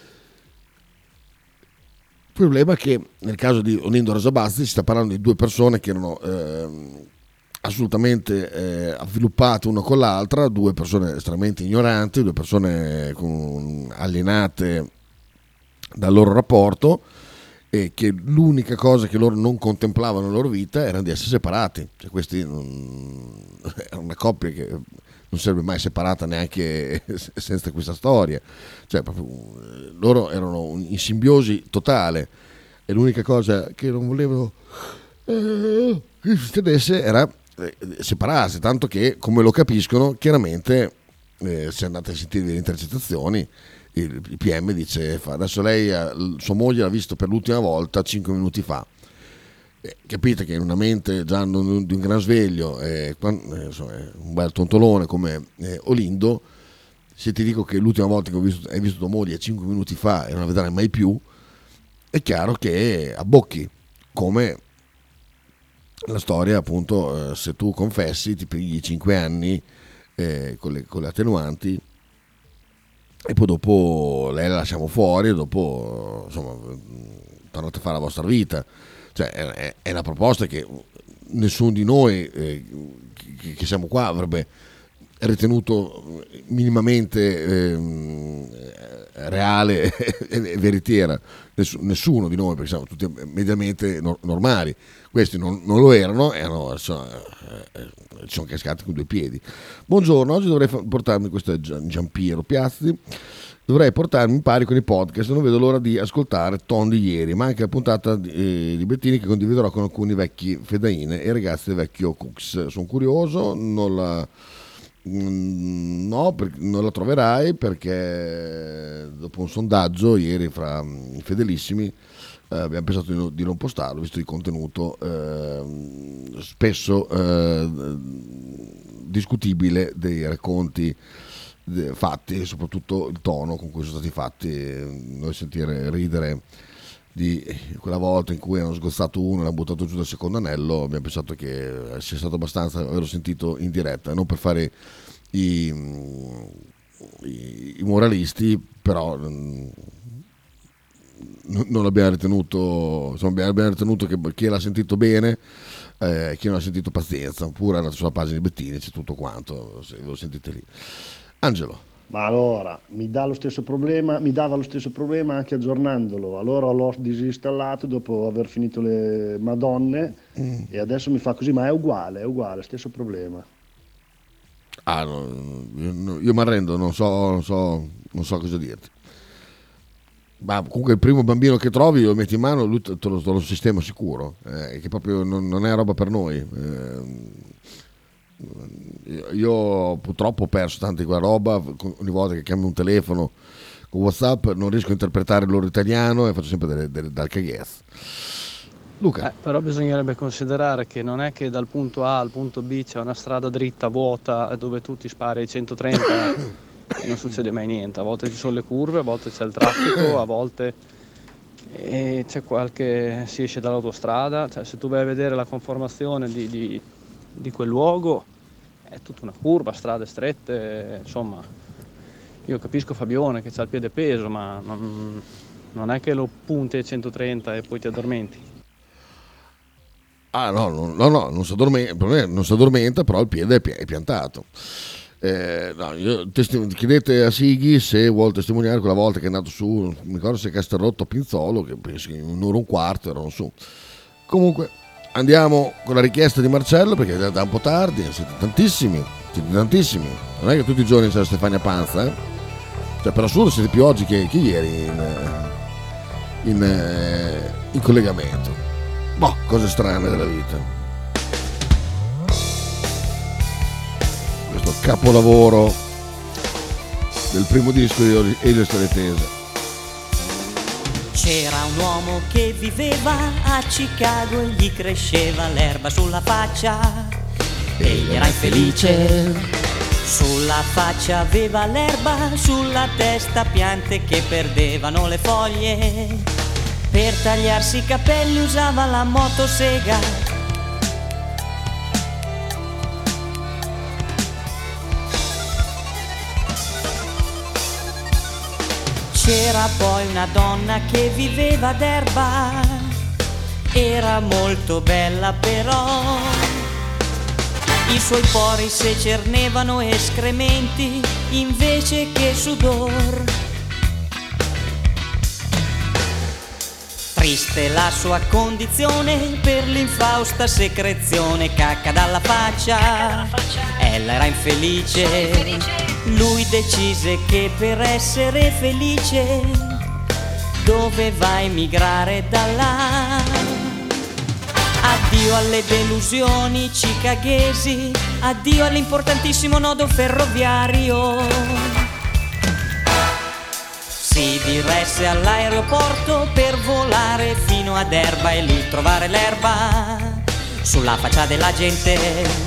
problema è che nel caso di Olindo Rasabazzi si sta parlando di due persone che erano assolutamente avviluppate una con l'altra, due persone estremamente ignoranti, due persone alienate dal loro rapporto, e che l'unica cosa che loro non contemplavano nella loro vita era di essere separati. Cioè, questi è una coppia che non sarebbe mai separata neanche senza questa storia. Cioè, proprio, loro erano in simbiosi totale, e l'unica cosa che non volevano che succedesse era separarsi, tanto che, come lo capiscono chiaramente, se andate a sentire le intercettazioni, il PM dice: adesso lei sua moglie l'ha visto per l'ultima volta 5 minuti fa. Capite che in una mente già di un gran sveglio, insomma, un bel tontolone come Olindo, se ti dico che l'ultima volta che hai visto tua moglie 5 minuti fa e non la vedrai mai più, è chiaro che abbocchi. Come la storia, appunto, se tu confessi ti pigli 5 anni con le attenuanti, e poi dopo lei la lasciamo fuori, e dopo, insomma, tornate a fare la vostra vita. Cioè, è una proposta che nessuno di noi che siamo qua avrebbe ritenuto minimamente reale e veritiera. Nessuno di noi, perché siamo tutti mediamente normali. Questi non lo erano, ci sono cascati con 2 piedi. Buongiorno, oggi dovrei portarmi, questo è Giampiero Piazzi, dovrei portarmi in pari con i podcast, non vedo l'ora di ascoltare Ton di ieri, ma anche la puntata di Bettini, che condividerò con alcuni vecchi fedaine e ragazzi del vecchio Cooks. Sono curioso, non la troverai, perché dopo un sondaggio ieri fra i fedelissimi abbiamo pensato di non postarlo, visto il contenuto spesso discutibile dei racconti fatti, e soprattutto il tono con cui sono stati fatti. Noi sentire ridere di quella volta in cui hanno sgozzato uno e l'hanno buttato giù dal secondo anello, abbiamo pensato che sia stato abbastanza averlo sentito in diretta, non per fare i moralisti, però non l'abbiamo ritenuto, insomma, abbiamo ritenuto che chi l'ha sentito bene, chi non ha sentito pazienza, oppure andate sulla pagina di Bettini, c'è tutto quanto, se lo sentite lì. Angelo.
Ma allora mi dava lo stesso problema anche aggiornandolo. Allora l'ho disinstallato dopo aver finito le Madonne e adesso mi fa così, ma è uguale, stesso problema.
Io mi arrendo, non so cosa dirti. Ma comunque il primo bambino che trovi lo metti in mano, lui te lo sistema sicuro, che proprio non è roba per noi. Io purtroppo ho perso tanta di quella roba, ogni volta che cambio un telefono con WhatsApp non riesco a interpretare il loro italiano e faccio sempre dal caghez. Luca.
Però bisognerebbe considerare che non è che dal punto A al punto B c'è una strada dritta vuota dove tu ti spari ai 130 e non succede mai niente. A volte ci sono le curve, a volte c'è il traffico, a volte c'è si esce dall'autostrada. Cioè, se tu vai a vedere la conformazione di quel luogo, è tutta una curva, strade strette, insomma. Io capisco Fabione che c'ha il piede peso, ma non è che lo punti ai 130 e poi ti addormenti.
No, non si addormenta, però il piede è piantato. Chiedete a Sighi se vuole testimoniare quella volta che è andato su, non mi ricordo se è Castelrotto o Pinzolo, che penso che in un'ora e un quarto erano su. Comunque andiamo con la richiesta di Marcello, perché è da un po' tardi, siete tantissimi, non è che tutti i giorni c'è la Stefania Panza, cioè per assurdo siete più oggi che ieri in collegamento. Boh, cose strane della vita. Questo capolavoro del primo disco di Elio Storie Tese.
C'era un uomo che viveva a Chicago e gli cresceva l'erba sulla faccia
egli era infelice. Sulla faccia aveva l'erba, sulla testa piante che perdevano le foglie. Per tagliarsi i capelli usava la motosega. C'era poi una donna che viveva d'erba, era molto bella però i suoi pori se cernevano escrementi invece che sudor. Triste la sua condizione per l'infausta secrezione, cacca dalla faccia, ella era infelice. Lui decise che per essere felice doveva emigrare da là. Addio alle delusioni cicaghesi, addio all'importantissimo nodo ferroviario. Si diresse all'aeroporto per volare fino ad Erba e lì trovare l'erba sulla faccia della gente.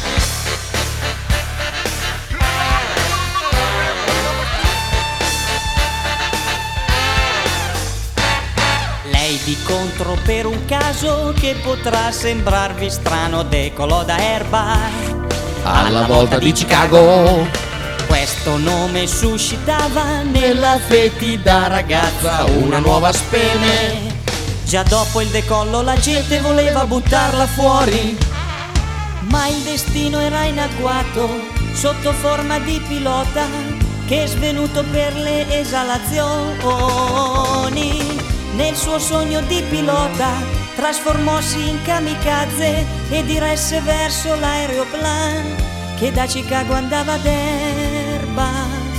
Di contro per un caso che potrà sembrarvi strano decolò da Erba alla volta di Chicago. Questo nome suscitava nella fetida ragazza una nuova speme. Già dopo il decollo la gente voleva buttarla fuori, ma il destino era in agguato sotto forma di pilota che svenuto per le esalazioni nel suo sogno di pilota trasformossi in kamikaze e diresse verso l'aeroplan che da Chicago andava ad Erba.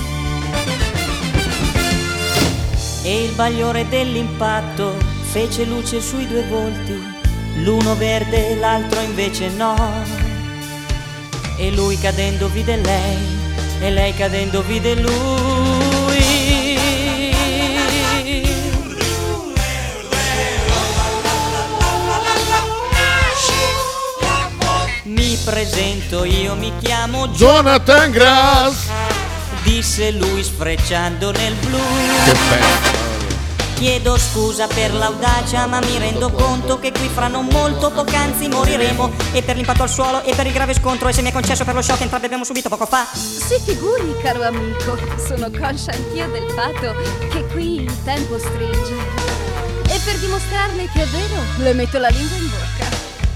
E il bagliore dell'impatto fece luce sui due volti, l'uno verde e l'altro invece no. E lui cadendo vide lei e lei cadendo vide lui. Mi presento, io mi chiamo
Jonathan Grass,
disse lui sfrecciando nel blu.
Che bello.
Chiedo scusa per l'audacia, ma mi rendo conto che qui fra non molto poc'anzi moriremo. E per l'impatto al suolo e per il grave scontro, e se mi è concesso per lo shock che entrambi abbiamo subito poco fa.
Si figuri, caro amico, sono conscia anch'io del fatto che qui il tempo stringe. E per dimostrarle che è vero, le metto la lingua in bocca.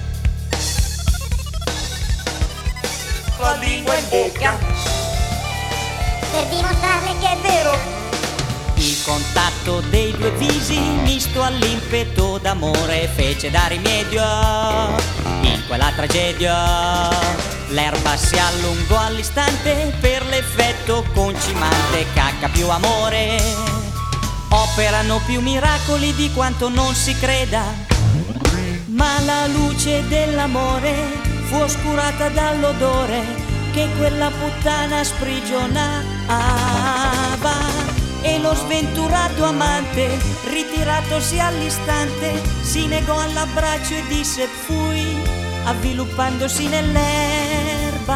La lingua in bocca
per dimostrarle che è vero.
Il contatto dei due visi misto all'impeto d'amore fece da rimedio in quella tragedia. L'erba si allungò all'istante per l'effetto concimante, cacca più amore. Operano più miracoli di quanto non si creda, ma la luce dell'amore fu oscurata dall'odore che quella puttana sprigionava. E lo sventurato amante, ritiratosi all'istante, si negò all'abbraccio e disse fui, avviluppandosi nell'erba.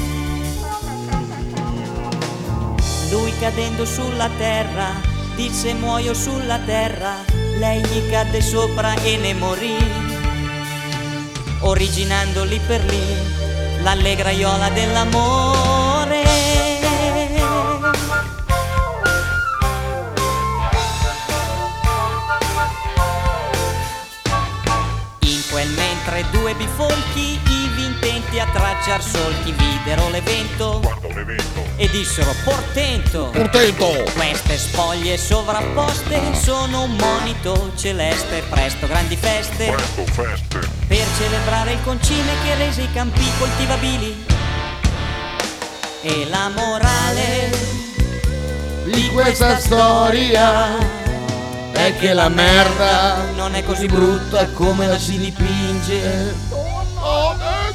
Lui cadendo sulla terra, disse muoio sulla terra, lei gli cadde sopra e ne morì, originando lì per lì l'allegra iola dell'amore. Mentre due bifolchi, ivi intenti a tracciar solchi, videro l'evento e dissero portento, queste spoglie sovrapposte sono un monito celeste, presto grandi feste, per celebrare il concime che rese i campi coltivabili. E la morale
di questa storia è che la merda
non è così brutta come la si dipinge.
Non è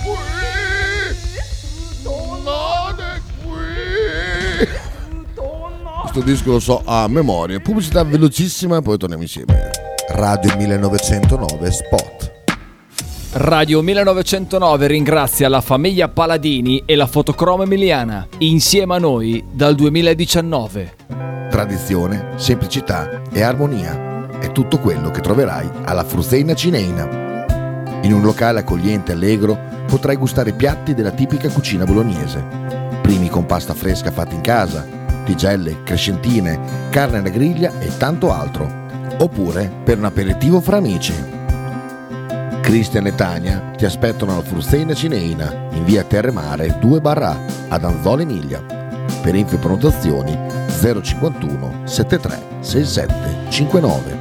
qui. Questo disco lo so a memoria. Pubblicità velocissima e poi torniamo insieme.
Radio 1909 Spot. Radio 1909 ringrazia la famiglia Paladini e la Fotocromo Emiliana, insieme a noi dal 2019.
Tradizione, semplicità e armonia è tutto quello che troverai alla Fruzeina Cineina. In un locale accogliente e allegro potrai gustare piatti della tipica cucina bolognese. Primi con pasta fresca fatta in casa, tigelle, crescentine, carne alla griglia e tanto altro. Oppure per un aperitivo fra amici. Cristian e Tania ti aspettano alla Fruzeina Cineina in via Terremare 2/A ad Anzola Emilia. Per info e prenotazioni 051 73 67 59.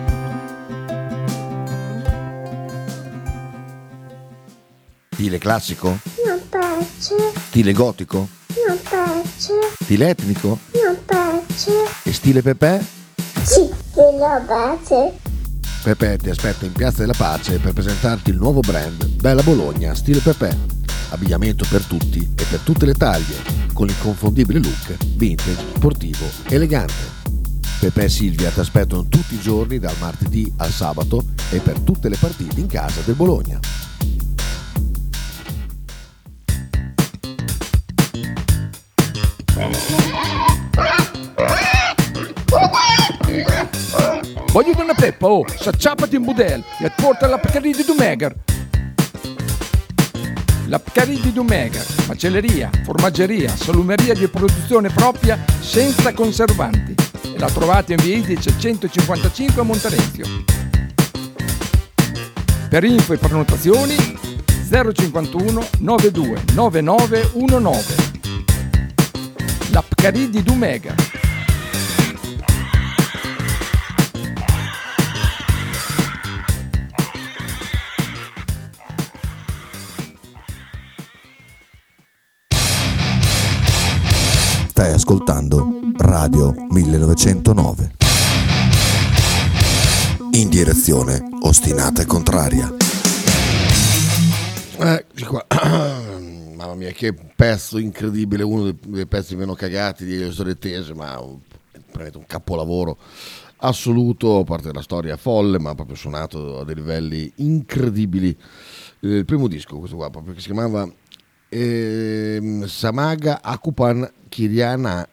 Stile classico?
Non piace.
Stile gotico?
Non piace.
Stile etnico?
Non piace.
E stile Pepe?
Sì, lo piace.
Pepe ti aspetta in Piazza della Pace per presentarti il nuovo brand Bella Bologna Stile Pepe. Abbigliamento per tutti e per tutte le taglie, con l'inconfondibile look vintage, sportivo, elegante. Pepe e Silvia ti aspettano tutti i giorni dal martedì al sabato e per tutte le partite in casa del Bologna.
Voglio una peppa, oh, s'acciappati in budel e porta la Pcaridi di Dumegar. La Pcaridi di Dumegar, macelleria, formaggeria, salumeria di produzione propria senza conservanti. E la trovate in via Idice 155 a Monterezio. Per info e prenotazioni 051 92 9919. La Pcaridi di Dumegar.
Stai ascoltando Radio 1909. In direzione ostinata e contraria. Qua. Mamma mia, che pezzo incredibile, uno dei pezzi meno cagati di Storie Tese, ma un capolavoro assoluto, a parte la storia folle, ma proprio suonato a dei livelli incredibili. Il primo disco, questo qua, proprio, che si chiamava Samaga Akupan Kiriana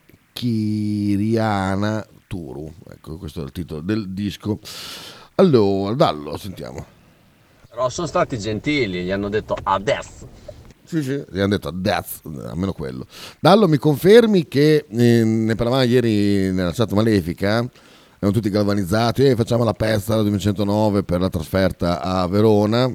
Turu, ecco, questo è il titolo del disco. Allora, dallo, sentiamo.
Però sono stati gentili, gli hanno detto a death.
Sì, gli hanno detto a death, almeno quello. Dallo, mi confermi che ne parlavamo ieri nella chat malefica, erano tutti galvanizzati, facciamo la pezza del 209 per la trasferta a Verona,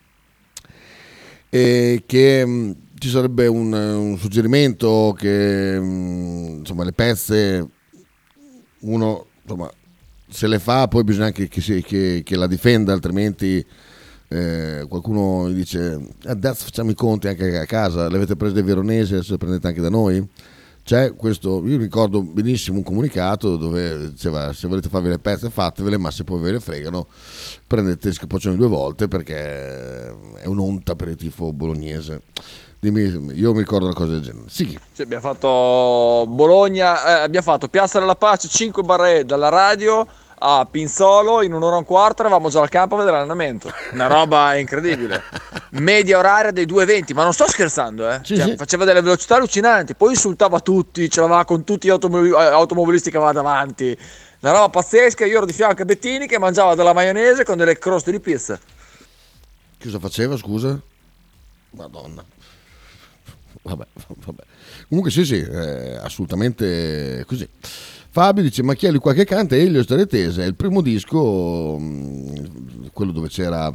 e che ci sarebbe un suggerimento che insomma le pezze uno insomma se le fa poi bisogna anche che la difenda, altrimenti qualcuno gli dice adesso facciamo i conti anche a casa, le avete prese dai veronesi, adesso le prendete anche da noi. C'è questo, io ricordo benissimo un comunicato dove diceva se volete farvi le pezze fatevele, ma se poi ve le fregano prendete il scapoccione 2 volte, perché è un'onta per il tifo bolognese. Dimmi, io mi ricordo una cosa del genere. Sì.
Abbiamo fatto Bologna, abbiamo fatto Piazza della Pace 5/E dalla radio a Pinzolo, in un'ora e un quarto eravamo già al campo a vedere l'allenamento. Una roba incredibile. Media oraria dei 2:20, ma non sto scherzando,
Sì,
cioè,
sì.
faceva delle velocità allucinanti, poi insultava tutti, ce l'aveva con tutti gli automobilisti che aveva davanti. Una roba pazzesca. Io ero di fianco a Bettini che mangiava della maionese con delle croste di pizza.
Cosa faceva, scusa? Madonna. Vabbè. Comunque sì, assolutamente così. Fabio dice, ma chi è lui qua che canta? Elio Storie Tese, è il primo disco, quello dove c'era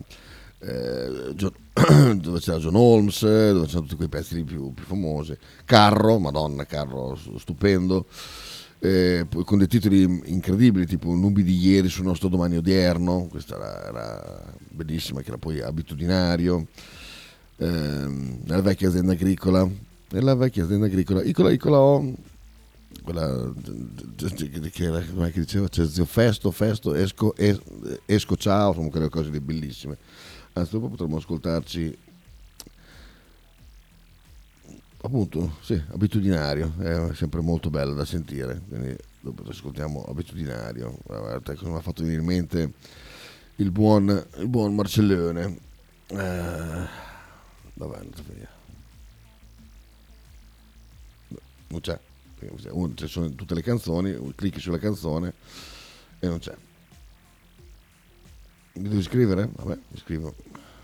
John Holmes, dove c'erano tutti quei pezzi più famosi. Carro, Madonna, Carro stupendo, con dei titoli incredibili, tipo Nubi di ieri sul nostro domani odierno, questa era bellissima, che era poi Abitudinario. Nella vecchia azienda agricola, Icola quella che era, come che diceva, c'è zio Festo, esco ciao, insomma, quelle cose bellissime. Anzi, dopo potremmo ascoltarci appunto, sì, Abitudinario, è sempre molto bello da sentire, quindi dopo ascoltiamo Abitudinario. Guarda, cosa mi ha fatto venire in mente il buon Marcellone. Vabbè, non c'è. Ci sono tutte le canzoni, clicchi sulla canzone e non c'è. Mi devi scrivere? Vabbè, mi scrivo.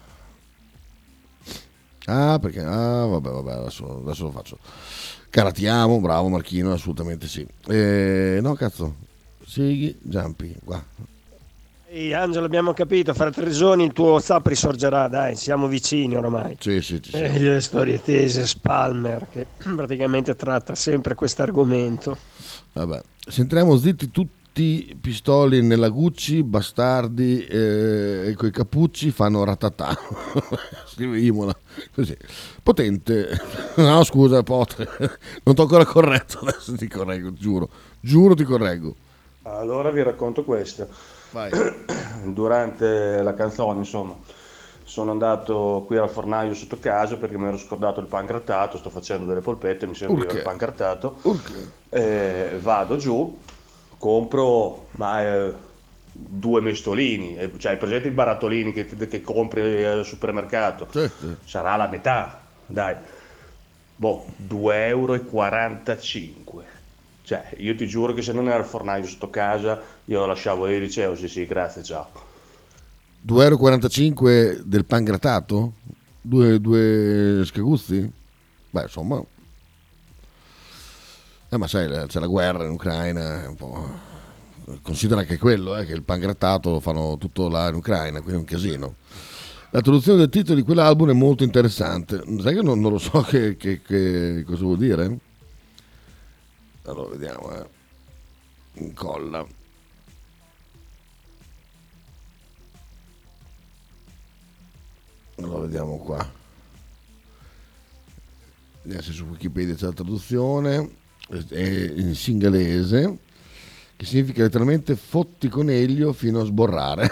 Perché? Vabbè, adesso lo faccio. Caratiamo, bravo Marchino, assolutamente sì. No, cazzo. Sighi, Giampi, qua.
Ehi Angelo, abbiamo capito, fra 3 giorni il tuo WhatsApp risorgerà, dai, siamo vicini ormai.
Sì.
Le storie tese, Spalmer, che praticamente tratta sempre questo argomento.
Vabbè, se entriamo zitti tutti pistoli nella Gucci, bastardi e coi cappucci fanno ratatà. Scrive Imola, così. Potente. No, scusa, Potre, non t'ho ancora corretto, adesso ti correggo, giuro ti correggo.
Allora vi racconto questo.
Vai.
Durante la canzone, insomma, sono andato qui al fornaio sotto casa perché mi ero scordato il pangrattato, sto facendo delle polpette, mi serviva il pangrattato. Vado giù, compro 2 mestolini, cioè hai presente i barattolini che compri al supermercato? Sarà la metà, dai. 2,45 €. Cioè, io ti giuro che se non era il fornaio sotto casa, io lo lasciavo e dicevo sì, grazie, ciao.
2,45 € del pan grattato? Due scaguzzi? Beh, insomma. Ma sai, c'è la guerra in Ucraina, un po'. Considera che quello, che il pan grattato lo fanno tutto là in Ucraina, quindi è un casino. La traduzione del titolo di quell'album è molto interessante. Sai che non lo so che cosa vuol dire? Allora vediamo, incolla. Allora vediamo qua. Adesso su Wikipedia c'è la traduzione, è in singalese, che significa letteralmente fotti coniglio fino a sborrare.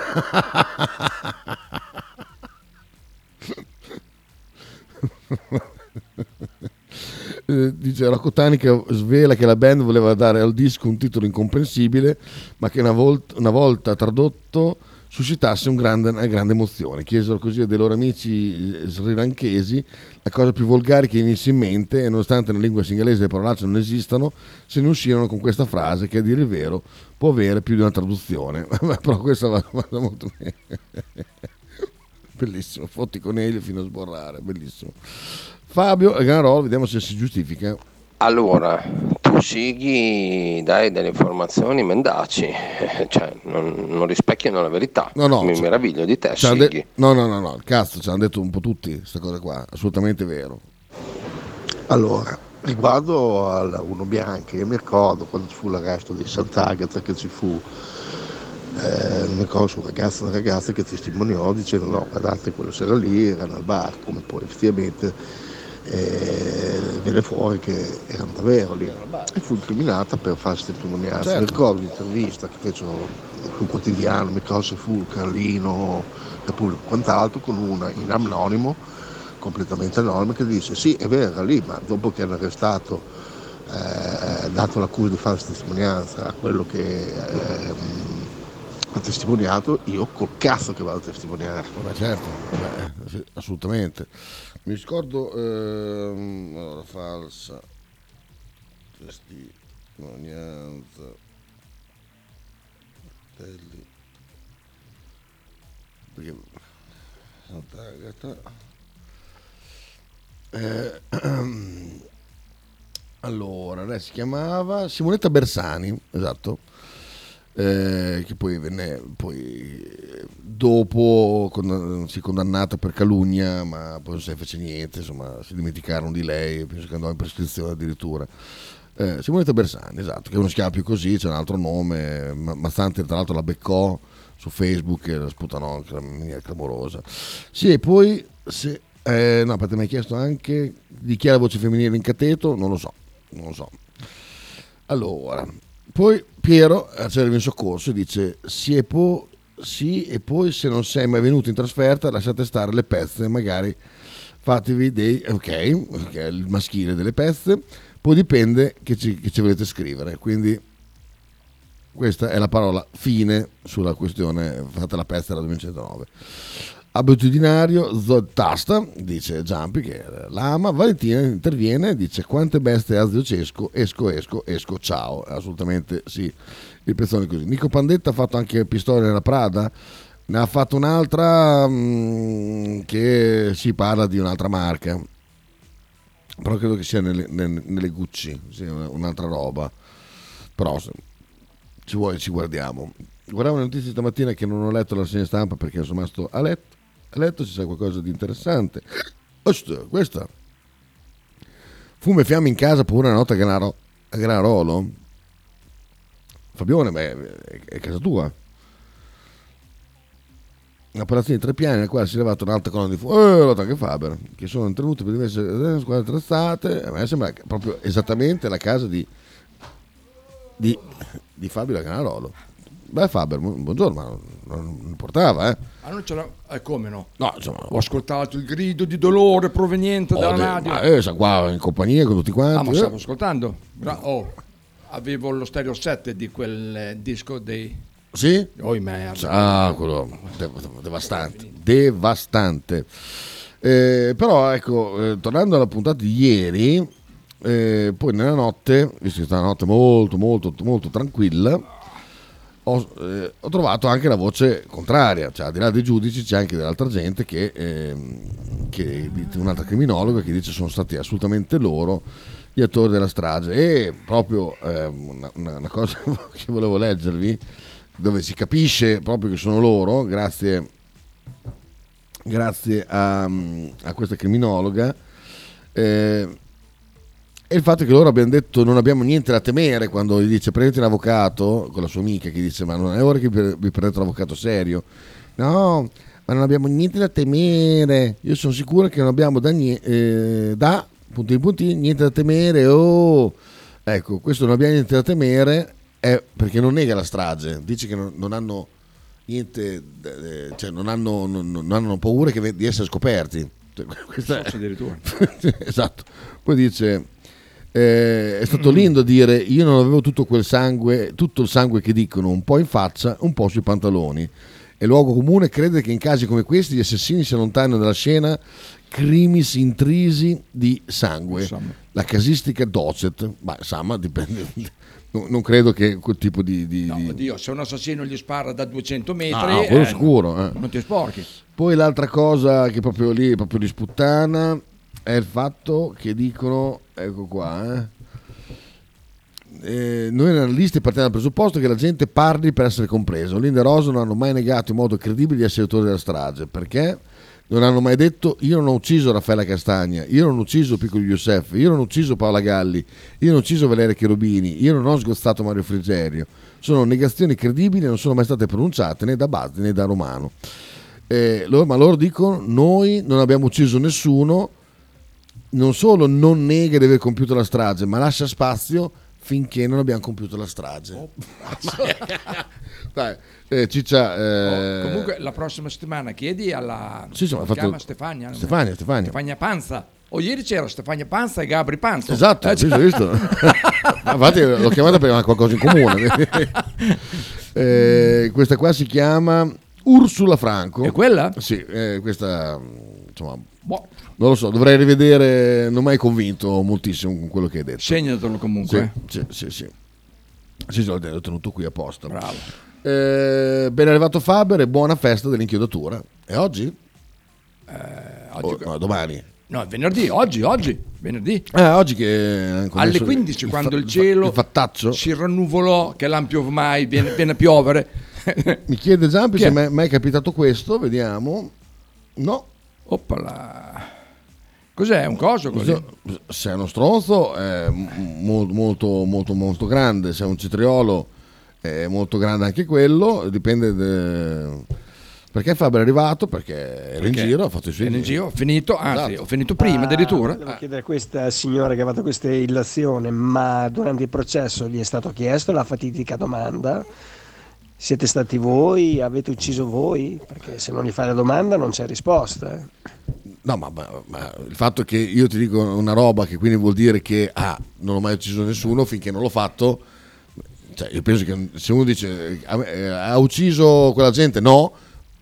Dice Rocco Tanica svela che la band voleva dare al disco un titolo incomprensibile, ma che una volta tradotto suscitasse una grande emozione. Chiesero così dei loro amici srilanchesi la cosa più volgare che venisse in mente, e nonostante nella lingua singalese le parolacce non esistano, se ne uscirono con questa frase che, a dire il vero, può avere più di una traduzione. Però questa va molto bene. Bellissimo, fotti coniglio fino a sborrare, bellissimo. Fabio Ganarolo, vediamo se si giustifica.
Allora, tu Sighi dai delle informazioni mendaci, cioè non rispecchiano la verità.
No,
mi meraviglio di te, Sighi.
No, cazzo, ci hanno detto un po' tutti questa cosa qua, assolutamente vero.
Allora, riguardo alla Uno Bianchi, io mi ricordo quando ci fu l'arresto di Sant'Agata, che ci fu non ricordo su una ragazza che testimoniò dicendo no, guardate, quello c'era lì, erano al bar, come poi effettivamente venne fuori che erano davvero lì e fu incriminata per falsa testimonianza.
Certo.
Ricordo l'intervista che fecero sul quotidiano, mi ricordo se fu Carlino, Repubblica, quant'altro, con una in anonimo, completamente anonimo, che disse sì, è vero, era lì, ma dopo che hanno arrestato, dato l'accusa di falsa testimonianza a quello che ha testimoniato, io col cazzo che vado a testimoniare.
Beh, certo, sì, assolutamente. Mi scordo allora, falsa testimonianza perché Sant'Agata allora lei si chiamava Simonetta Bersani, esatto. Che poi venne dopo si è condannata per calunnia, ma poi non se ne fece niente, insomma si dimenticarono di lei, penso che andò in prescrizione addirittura. Simonetta Bersani, esatto, che non si chiama più così, c'è un altro nome. Mazzante tra l'altro la beccò su Facebook e la sputano in maniera clamorosa. Sì, e poi no, aspetta, mi hai chiesto anche di chi è la voce femminile in cateto, non lo so. Allora, poi Piero c'era in soccorso e dice sì, e poi se non sei mai venuto in trasferta lasciate stare le pezze, magari fatevi dei ok, il maschile delle pezze, poi dipende che ci volete scrivere, quindi questa è la parola fine sulla questione fate la pezza della 2009. abitudinario Zottasta, dice Giampi che l'ama. Valentina interviene e dice: quante bestie Azio Cesco, esco, ciao. Assolutamente sì, il pezzone così. Nico Pandetta ha fatto anche Pistoia nella Prada, ne ha fatto un'altra che si parla di un'altra marca, però credo che sia nelle Gucci, sì, un'altra roba, però se ci vuoi ci guardiamo. Guardavo le notizie stamattina che non ho letto la rassegna stampa perché sono rimasto a letto, ci sa qualcosa di interessante. Questa: fumo e fiamme in casa, paura una notte a Granarolo. Fabione, è casa tua. Una operazione di 3 piani nella quale si è levato un'alta colonna di fuoco, anche Faber, che sono intervenute per diverse squadre attrezzate. A me sembra proprio esattamente la casa di Fabio da Granarolo. Beh, Faber, buongiorno, ma non portava,
Ah, non c'era, come no?
No, insomma,
ho ascoltato il grido di dolore proveniente dalla radio.
Sa qua in compagnia con tutti quanti.
Ma stavo ascoltando. Avevo lo stereo 7 di quel disco dei...
Sì?
Oh, merda.
Quello devastante. Però ecco, tornando alla puntata di ieri, poi nella notte, visto che è stata una notte molto molto molto tranquilla, ho trovato anche la voce contraria, cioè al di là dei giudici c'è anche dell'altra gente che un'altra criminologa che dice sono stati assolutamente loro gli attori della strage. E proprio una cosa che volevo leggervi, dove si capisce proprio che sono loro, grazie a questa criminologa, e il fatto che loro abbiano detto non abbiamo niente da temere, quando gli dice prendete un avvocato, con la sua amica che dice ma non è ora che vi prendete un avvocato serio. No, ma non abbiamo niente da temere, io sono sicuro che non abbiamo niente da temere. Ecco, questo non abbiamo niente da temere è perché non nega la strage, dice che non hanno niente, cioè non hanno paura di essere scoperti. Questa
addirittura.
Esatto. Poi dice è stato lindo dire io non avevo tutto il sangue che dicono, un po' in faccia, un po' sui pantaloni. È luogo comune credere che in casi come questi gli assassini si allontanino dalla scena crimis intrisi di sangue. Insomma. La casistica docet, ma insomma dipende. Non credo che quel tipo di...
No, oddio, se un assassino gli spara da 200 metri...
No, quello sicuro.
Non ti sporchi.
Poi l'altra cosa che proprio lì sputtana è il fatto che dicono, ecco qua, noi analisti partiamo dal presupposto che la gente parli per essere compresa. Linda e Rosa non hanno mai negato in modo credibile di essere autori della strage, perché non hanno mai detto io non ho ucciso Raffaella Castagna, io non ho ucciso Piccolo Youssef, io non ho ucciso Paola Galli, io non ho ucciso Valeria Cherubini, io non ho sgozzato Mario Frigerio. Sono negazioni credibili e non sono mai state pronunciate né da Bazzi né da Romano. Ma loro dicono noi non abbiamo ucciso nessuno, non solo non nega di aver compiuto la strage, ma lascia spazio finché non abbiamo compiuto la strage. Dai, Ciccia,
comunque la prossima settimana chiedi alla
chiama
Stefania Panza. Ieri c'era Stefania Panza e Gabri Panza.
Esatto, visto. Infatti l'ho chiamata perché ha qualcosa in comune. Questa qua si chiama Ursula Franco.
È quella?
Sì, questa insomma non lo so, dovrei rivedere, non mi hai convinto moltissimo con quello che hai detto.
Segnatelo comunque.
Sì, l'ho tenuto qui apposta.
Bravo.
Ben arrivato Faber e buona festa dell'inchiodatura. E oggi? No, domani.
No, è venerdì, oggi, venerdì.
Oggi che
alle 15 quando il cielo si rannuvolò, che non piove mai, viene a piovere.
Mi chiede Zampi se mai è capitato questo, vediamo. No.
Oppala. Cos'è? Un coso così?
Se è uno stronzo è molto molto molto grande, se è un cetriolo è molto grande anche quello, dipende perché Faber è arrivato, perché era in giro, ha fatto i suoi
giri. Ho finito, anzi ho finito prima addirittura.
Devo chiedere a questa signora che ha fatto questa illazione, ma durante il processo gli è stato chiesto la fatidica domanda: siete stati voi? Avete ucciso voi? Perché se non gli fai la domanda non c'è risposta.
No, ma il fatto che io ti dico una roba che quindi vuol dire che non ho mai ucciso nessuno finché non l'ho fatto, cioè io penso che se uno dice ha ucciso quella gente, no,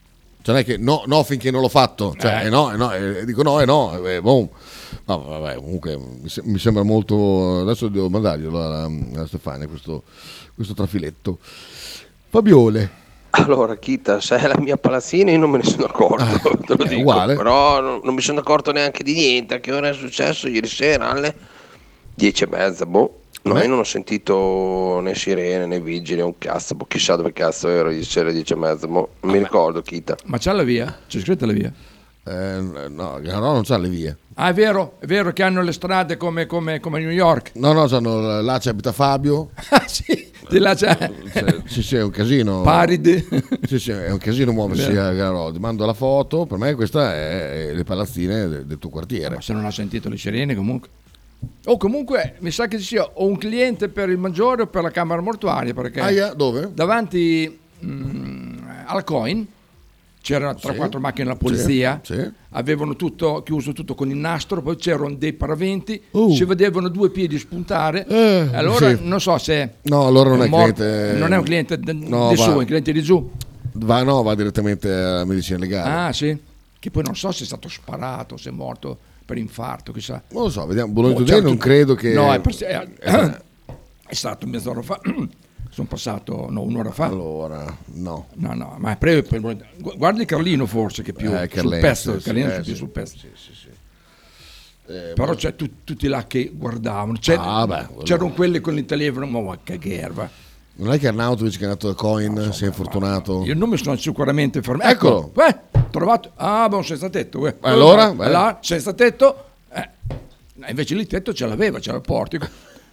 Cioè non è che no finché non l'ho fatto, cioè dico no, boom. No, vabbè, comunque mi sembra molto. Adesso devo mandarglielo a Stefania questo trafiletto. Fabiole.
Allora, Kita, se è la mia palazzina io non me ne sono accorto, te lo dico.
Uguale.
Però non mi sono accorto neanche di niente. A che ora è successo? Ieri sera alle 10:30, boh. No, io non ho sentito né sirene né vigili, un cazzo, boh, chissà dove cazzo ero ieri sera alle 10:30, boh. Non mi ricordo, Kita.
Ma c'ha la via? C'è scritta la via?
No, non c'ha le vie.
Ah, è vero che hanno le strade come New York.
No, là c'è abita Fabio.
Ah, sì, di là c'è.
Sì, è un casino.
Paride.
Sì, è un casino muoversi a Granarolo. Mando la foto, per me questa è le palazzine del tuo quartiere.
Ma se non ha sentito le sirene comunque. Comunque mi sa che ci sia o un cliente per il Maggiore o per la Camera Mortuaria, perché
dove?
Davanti al Coin c'erano 3-4 macchine della polizia, avevano chiuso tutto con il nastro, poi c'erano dei paraventi, si vedevano 2 piedi spuntare, allora non so se
no, allora non è cliente,
non è un cliente di su, è un cliente di giù.
Va direttamente alla medicina legale.
Ah, sì, che poi non so se è stato sparato, se è morto per infarto, chissà.
Non lo so, vediamo. Bologna Today non credo che
no, è stato mezz'ora fa. Sono passato un'ora fa.
Allora, no,
ma guardi Carlino forse che più sul pezzo, Carlino è più sul pezzo. Sì. Però c'è tutti là che guardavano. C'erano quelli con il telefono, ma che gherba.
Non è che Arnautovic, che è andato da Coin, si è infortunato?
Io non mi sono sicuramente fermato.
Eccolo!
Trovato. Senza tetto.
Allora?
Senza tetto. Invece lì il tetto ce l'aveva, c'era il portico.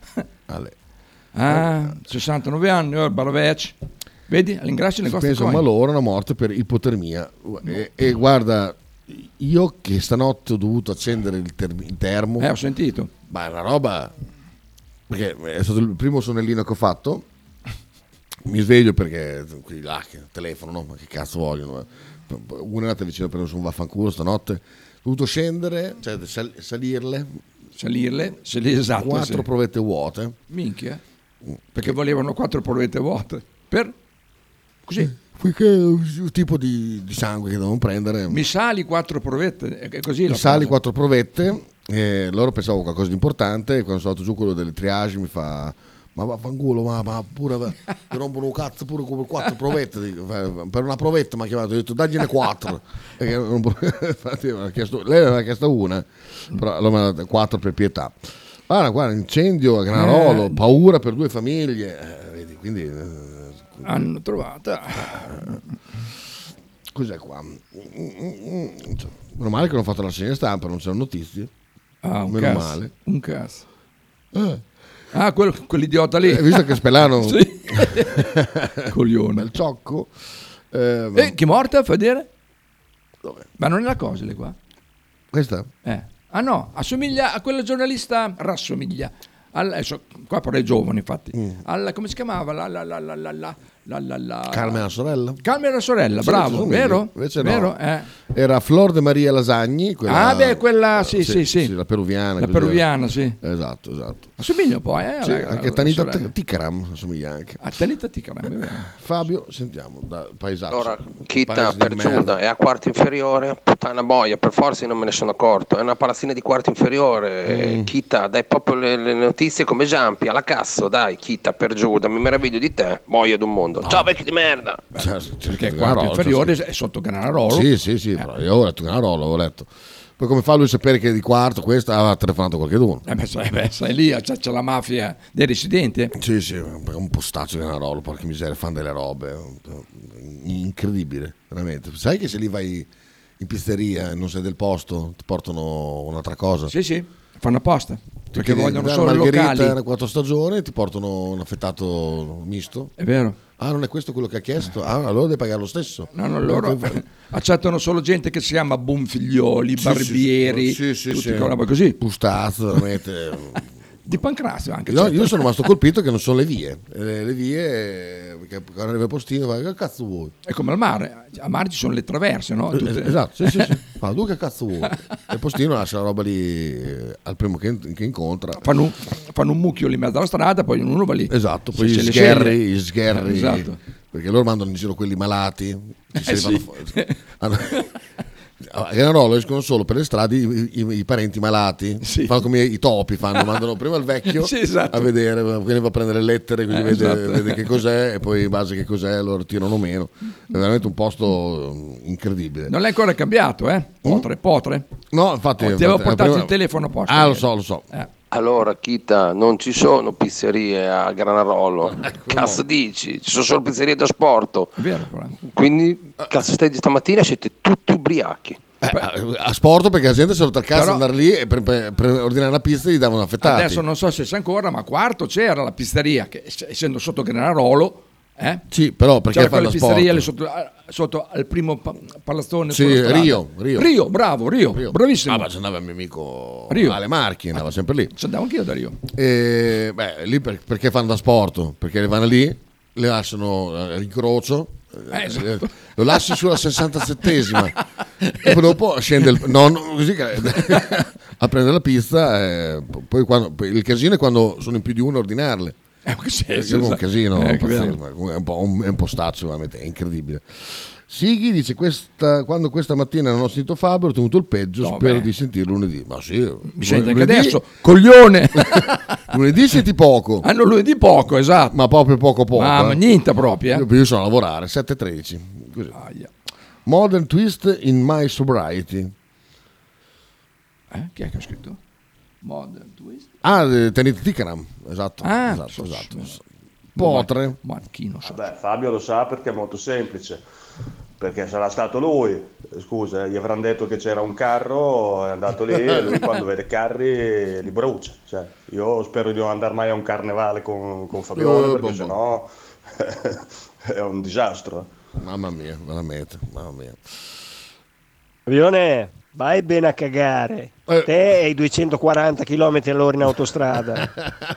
69 anni, Baravec. Vedi, all'ingresso negozio.
Penso a malora, una morte per ipotermia. E guarda, io che stanotte ho dovuto accendere il termo.
Ho sentito.
Ma è una roba. Perché è stato il primo sonnellino che ho fatto. Mi sveglio perché quelli là che telefono, no? Ma che cazzo vogliono? Una è andata vicino a prendere su un vaffanculo stanotte. Ho dovuto scendere, cioè salirle,
esatto.
4 provette vuote.
Minchia. Perché volevano 4 provette vuote. Per? Così.
Perché è un tipo di sangue che devono prendere.
Mi sali 4 provette, è così.
Mi sali 4 provette, loro pensavo qualcosa di importante, e quando sono andato giù quello delle triage mi fa: ma vaffanculo, ma pure ti rompono un cazzo pure come 4 provette. Per una provetta mi ha chiamato, ho detto dagliene 4. Perché lei aveva chiesto una, però allora mi ha dato 4 per pietà. Guarda, incendio a Granarolo, paura per 2 famiglie, vedi, quindi
hanno trovato.
Cos'è qua? Meno male che non ho fatto la rassegna stampa, non c'erano notizie. Meno male.
Un cazzo. Quell'idiota lì.
Hai visto che Spelano?
Sì. Coglione.
Il ciocco.
Chi è morta? Fai vedere?
Dove?
Ma non è la cosa lì qua?
Questa?
Ah no, assomiglia a quella giornalista, rassomiglia. Qua però è giovane infatti. Come si chiamava?
Carmine la sorella?
Carmine la sorella, bravo, vero?
Invece
vero?
No. Era Flor de Maria Lasagni.
Quella sì.
La peruviana.
La peruviana, sì.
Esatto.
Assomiglia un po',
sì, anche Tanita Tikaram assomiglia anche.
Tanita Tikaram, è vero.
Fabio, sentiamo, da paesaccio.
Allora, Kita per giunta è a quarto inferiore, puttana boia, per forza io non me ne sono accorto, è una palazzina di quarto inferiore. Kita, dai proprio le notizie come Giampi, alla cazzo, dai, Kita per giunta, mi meraviglio di te, boia d'un mondo. Ciao vecchi di merda.
Perché è quarto inferiore è sotto Granarolo.
Sì, io ho letto Granarolo, ho letto. Poi come fa lui a sapere che è di quarto questo? Aveva telefonato qualcuno.
Sai lì, c'è la mafia dei residenti.
Sì, un postaccio di Granarolo, porca miseria, fanno delle robe incredibile, veramente. Sai che se lì vai in pizzeria e non sei del posto ti portano un'altra cosa?
Sì, fanno apposta. Perché vogliono solo
margherita,
locali.
4 stagioni, ti portano un affettato misto.
È vero.
Non è questo quello che ha chiesto? Allora devi pagare lo stesso.
No, loro accettano solo gente che si chiama Bonfiglioli, Barbieri, tutti così.
Pustazzo, veramente.
Di Pancrazio anche.
No, io sono rimasto colpito che non sono le vie. Le vie, perché quando arriva il postino, che cazzo vuoi?
È come al mare. A mare ci sono le traverse, no?
Esatto, sì. Ma tu che cazzo vuoi? Il postino lascia la roba lì al primo che incontra.
Fanno un mucchio lì in mezzo alla strada, poi uno va lì.
Esatto, poi gli sgherri.
Esatto.
Perché loro mandano in giro quelli malati. A Granarolo escono solo per le strade i parenti malati, fanno come i topi, mandano prima il vecchio a vedere, quindi va a prendere lettere, così vede che cos'è, e poi in base a che cos'è lo ritirano meno. È veramente un posto incredibile.
Non l'hai ancora cambiato, Potre?
No, infatti
ti avevo portato il telefono apposta.
Lo so.
Allora, Kita, non ci sono pizzerie a Granarolo. Cazzo dici? Ci sono solo pizzerie da sport.
È vero,
quindi, cazzo stai stamattina siete tutti ubriachi.
A sport, perché la gente si è rotta il cazzo andare lì e per ordinare la pizza gli davano affettati.
Adesso non so se c'è ancora, ma a Quarto c'era la pizzeria, che essendo sotto Granarolo...
Sì, però perché
c'era
fa la
pizzeria sotto al primo palazzone.
Sì, Rio,
bravo, bravissimo.
Ma ci andava il mio amico
Rio.
Ale Marchi, andava sempre lì.
Ci andavo anch'io da Rio.
Lì perché fanno da sport? Perché vanno lì, le lasciano l'incrocio, lo lasci sulla 67esima e poi dopo scende così a prendere la pizza, poi il casino è quando sono in più di uno a ordinarle. È un casino, è un postaccio, veramente è incredibile. Sighi dice: quando questa mattina non ho sentito Fabio, ho tenuto il peggio, spero di sentirlo lunedì. Ma sì,
mi senti anche adesso, coglione.
Lunedì senti poco.
Lunedì poco, esatto.
Ma proprio poco.
Ma niente proprio.
Io sono a lavorare 7:13. Così. Modern twist in my sobriety.
Chi è che ha scritto? Modern twist.
Tenete Ticaram, esatto. Potre.
Vabbè, Fabio lo sa perché è molto semplice, perché sarà stato lui. Scusa, gli avranno detto che c'era un carro, è andato lì e lui quando vede carri li brucia. Cioè, io spero di non andare mai a un carnevale con Fabione, perché sennò è un disastro.
Mamma mia, veramente,
Fabione, vai bene a cagare. Te hai 240 km all'ora in autostrada.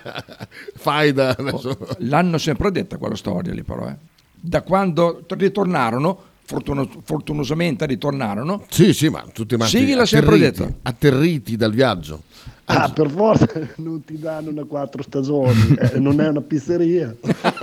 L'hanno sempre detta quella storia lì, però. Da quando ritornarono, fortunosamente ritornarono.
Sì, ma tutti
Sighi l'ha sempre detto.
Atterriti dal viaggio.
Per forza non ti danno una 4 stagioni, non è una pizzeria.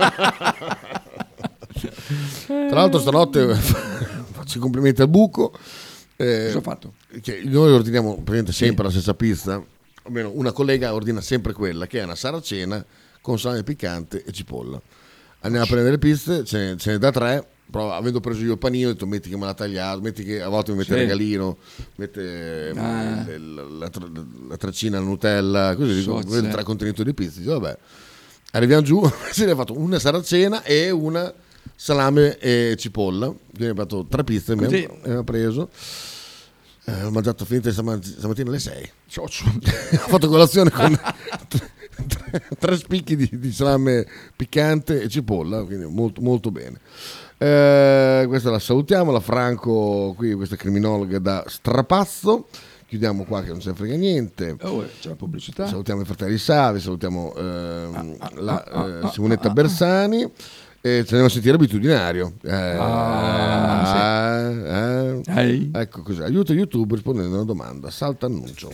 Tra l'altro stanotte faccio i complimenti al Buco.
Cosa ho fatto?
Che noi ordiniamo praticamente sempre la stessa pizza, almeno una collega ordina sempre quella, che è una saracena con salame piccante e cipolla. Andiamo a prendere le pizze, ce ne dà 3, però avendo preso io il panino ho detto metti che me l'ha tagliato, metti che a volte mi mette il regalino, mette la tracina, la Nutella, così dico, 3 contenitori di pizza. Dico, vabbè, arriviamo giù, se ne ha fatto una saracena e una salame e cipolla, quindi abbiamo fatto 3 pizze, abbiamo preso. Ho mangiato finite stamattina alle 6. Ho fatto colazione con 3 spicchi di salame piccante e cipolla, quindi molto, molto bene. Questa la salutiamo, la Franco qui, questa criminologa da Strapazzo. Chiudiamo qua che non se ne frega niente.
C'è la pubblicità.
Salutiamo i fratelli Savi, salutiamo Simonetta Bersani. E ce ne andiamo a sentire Abitudinario. Ecco così. Aiuto YouTube rispondendo a una domanda. Salta annuncio.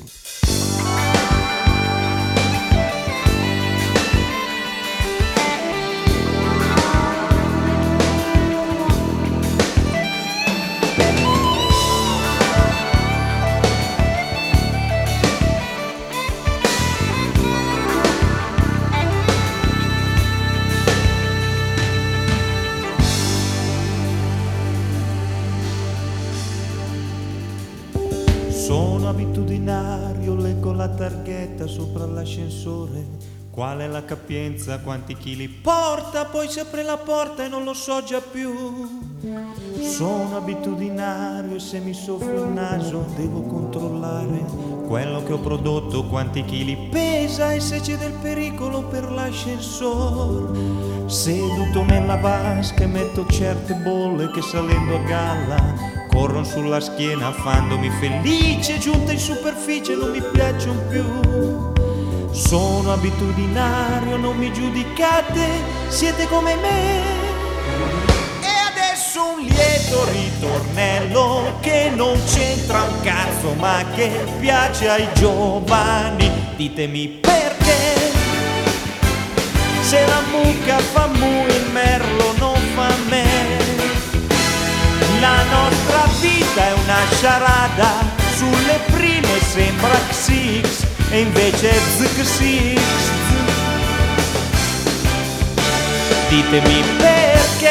Sono abitudinario, leggo la targhetta sopra l'ascensore. Qual è la capienza, quanti chili porta, poi si apre la porta e non lo so già più. Sono abitudinario e se mi soffio il naso devo controllare quello che ho prodotto, quanti chili pesa e se c'è del pericolo per l'ascensore. Seduto nella vasca metto certe bolle che salendo a galla corrono sulla schiena fandomi felice, giunta in superficie non mi piacciono più. Sono abitudinario, non mi giudicate, siete come me. E adesso un lieto ritornello che non c'entra un cazzo ma che piace ai giovani. Ditemi perché. Se la mucca fa mu il merlo non fa me. La nostra vita è una sciarada, sulle prime sembra Xix e invece è ZX. Ditemi perché.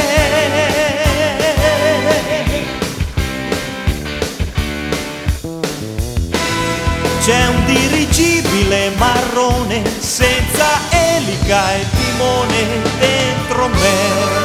C'è un dirigibile marrone senza elica e timone dentro me.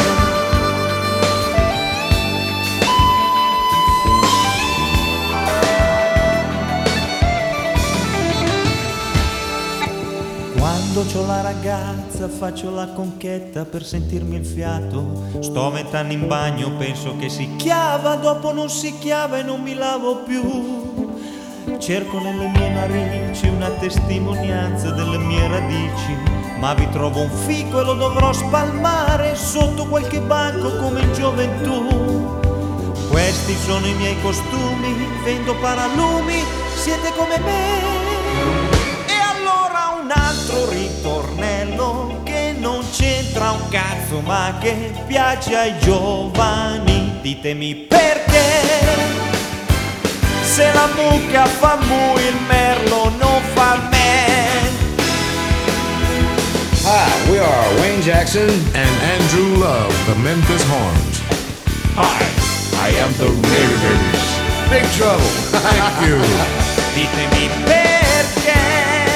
Quando c'ho la ragazza faccio la conchetta per sentirmi il fiato. Sto 20 anni in bagno, penso che si chiava, dopo non si chiava e non mi lavo più. Cerco nelle mie narici una testimonianza delle mie radici, ma vi trovo un fico e lo dovrò spalmare sotto qualche banco come in gioventù. Questi sono i miei costumi, vendo paralumi, siete come me. Un altro ritornello che non c'entra un cazzo ma che piace ai giovani. Ditemi perché. Se la mucca fa mu, il merlo non fa me.
Hi, we are Wayne Jackson and Andrew Love, the Memphis Horns. Hi, I am the Raiders. Big Trouble. Thank you.
Ditemi perché.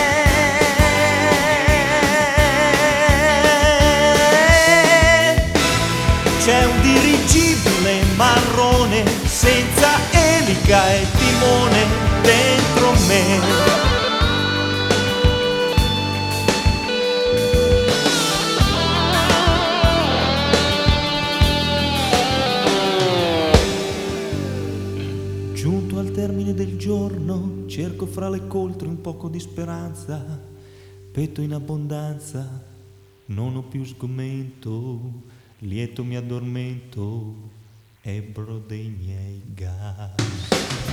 C'è un dirigibile marrone senza elica e timone dentro me. Giunto al termine del giorno, cerco fra le coltre un poco di speranza. Petto in abbondanza, non ho più sgomento. Lieto mi addormento, ebbro dei miei gas.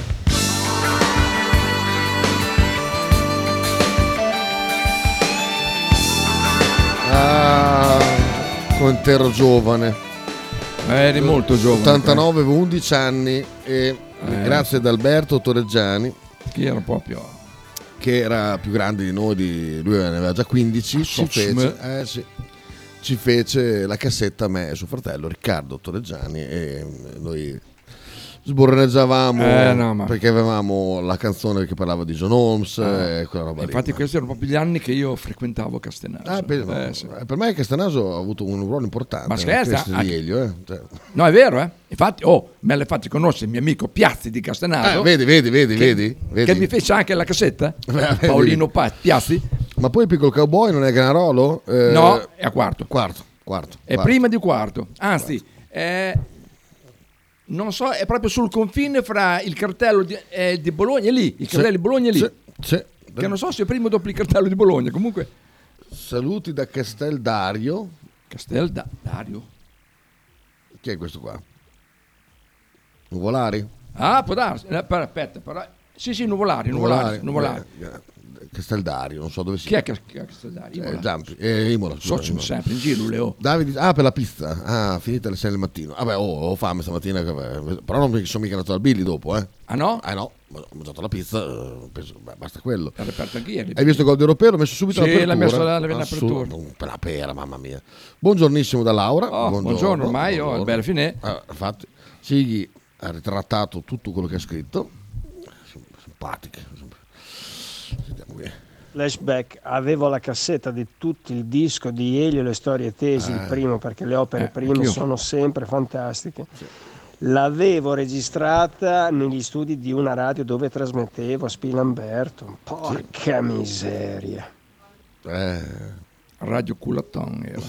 Ah, quanto ero giovane.
Eri molto giovane.
89, avevo 11 anni e grazie ad Alberto Torreggiani,
che era proprio...
che era più grande di noi, lui ne aveva già 15, ci fece la cassetta a me e suo fratello Riccardo Torreggiani e noi sborroneggiavamo perché avevamo la canzone che parlava di John Holmes e quella roba
infatti
lì.
Questi erano proprio gli anni che io frequentavo Castenaso.
Per me Castenaso ha avuto un ruolo importante.
Ma scherza?
Di Elio,
No, è vero, infatti me l'hai fatti conoscere il mio amico Piazzi di Castenaso.
Vedi.
Che mi fece anche la cassetta. Paolino Piazzi.
Ma poi il Piccolo Cowboy non è Granarolo?
No, è a quarto.
È
prima di quarto. Anzi, non so, è proprio sul confine fra il cartello di Bologna, lì. Il cartello di Bologna è lì.
Che
non so se è prima o dopo il cartello di Bologna. Comunque.
Saluti da Casteldario.
Casteldario?
Chi è questo qua? Nuvolari?
Ah, può darsi. Aspetta, però. Sì, Nuvolari.
Casteldario, non so dove sia.
Chi è Casteldario?
Imola.
Socio sempre in giro, Leo.
Davide, per la pizza. Finita alle 6 del mattino. Vabbè, ho fame stamattina. Però non mi sono mica andato al Billy dopo,
Ah no?
No, ho mangiato la pizza, penso, basta quello.
L'ha reperto anche ieri.
Hai visto il gol di Europeo? L'ho messo subito l'apertura.
L'ha messo l'apertura.
Per la pera, mamma mia. Buongiornissimo da Laura.
Buongiorno, ormai bella fine.
Infatti, Sighi ha ritrattato tutto quello che ha scritto. Simpatiche.
Flashback, avevo la cassetta di tutto il disco di Elio e le storie tesi, il primo, perché le opere prime sono sempre fantastiche. Sì. L'avevo registrata negli studi di una radio dove trasmettevo a Spilamberto. Porca miseria.
Radio Culaton era.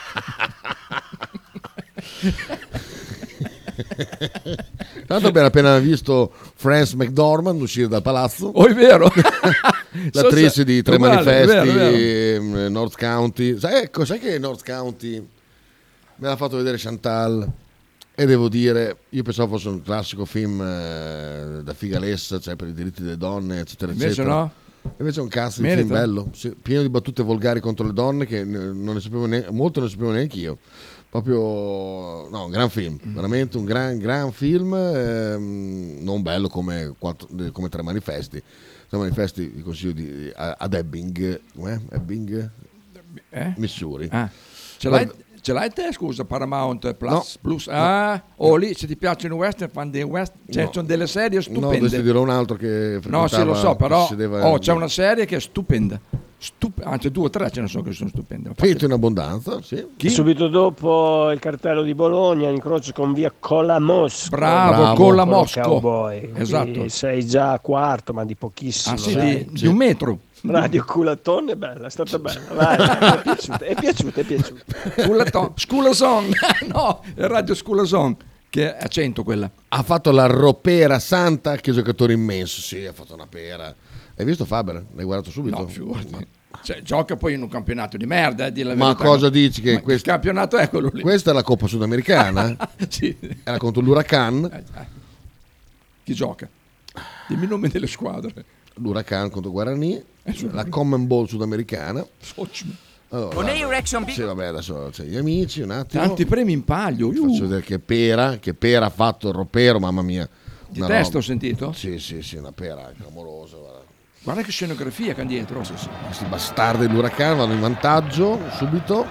Tanto abbiamo appena visto Frances McDormand uscire dal palazzo.
È vero.
L'attrice di Tre Manifesti, vero. North County. Sai che North County me l'ha fatto vedere Chantal e devo dire, io pensavo fosse un classico film da figalessa, cioè per i diritti delle donne, eccetera,
invece
eccetera.
No.
Invece è un cazzo di film bello, pieno di battute volgari contro le donne che non ne sapevo molto non ne sapevo neanche io. Proprio un gran film, veramente un gran film, non bello come Tre Manifesti. Tre Manifesti vi consiglio ad Ebbing, Ebbing? Missouri.
Ce l'hai te, scusa, Paramount Plus? Lì, se ti piacciono i western, fan dei western, sono delle serie stupende.
No, dovresti dire un altro che
No, sì, lo so, però c'è una serie che è stupenda. Anzi, 2 o 3 ce ne sono che sono stupende.
Finito in abbondanza, sì.
Subito dopo il cartello di Bologna, incrocio con via Colamosco.
Bravo. Colamosco.
Cowboy.
Esatto.
Sei già quarto, ma di pochissimo.
Di 1 metro.
Radio Culaton è bella, è stata bella. Vai, è piaciuta.
Culaton, School Song. No, è Radio School Song, che è a 100 quella.
Ha fatto la ropera santa, che giocatore immenso. Sì, ha fatto una pera. Hai visto Faber? L'hai guardato subito?
No, figurati. Gioca poi in un campionato di merda.
Ma cosa dici? Che
il campionato è quello lì?
Questa è la Coppa Sudamericana?
Sì.
Era contro l'Huracan.
Chi gioca? Dimmi i nomi delle squadre.
L'Huracan contro Guarani, la Common Ball sudamericana. Allora, sì, vabbè, adesso c'è gli amici, un attimo.
Tanti premi in palio.
Faccio vedere che pera ha fatto il ropero, mamma mia.
Di testa ho sentito?
Sì, una pera clamorosa.
Guarda che scenografia che dietro.
Sì. Questi bastardi dell'Huracan vanno in vantaggio subito.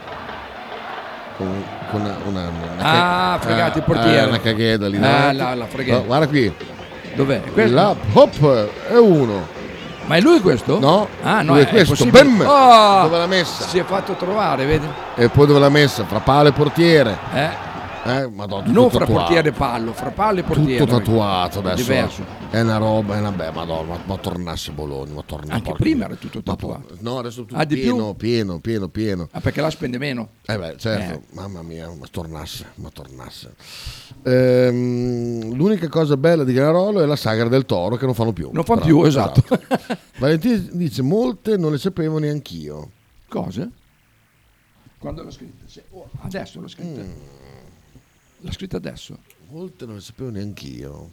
Con una
fregati il portiere.
Una caghetta lì.
La freghetta.
Guarda qui.
Dov'è? Questo?
Là, hop, è uno.
Ma è lui questo?
No,
no,
è questo. Bam! Dove l'ha messa?
Si è fatto trovare, vedi?
E poi dove l'ha messa? Fra palo e portiere. Madonna,
non fra portiere e pallo, fra pallo e portiere.
Tutto tatuato adesso.
Diverso.
È una roba, madonna, ma tornasse Bologna, ma torna.
Anche prima era tutto tatuato.
No, adesso tutto pieno.
Ah, perché là spende meno.
Certo. Mamma mia, ma tornasse. L'unica cosa bella di Granarolo è la sagra del toro, che non fanno più.
Non fanno più, esatto.
Valentina dice: molte non le sapevo neanch'io.
Cose? Quando l'ho scritta? Adesso l'ho scritta. L'ha scritta adesso.
Molte non le sapevo neanch'io.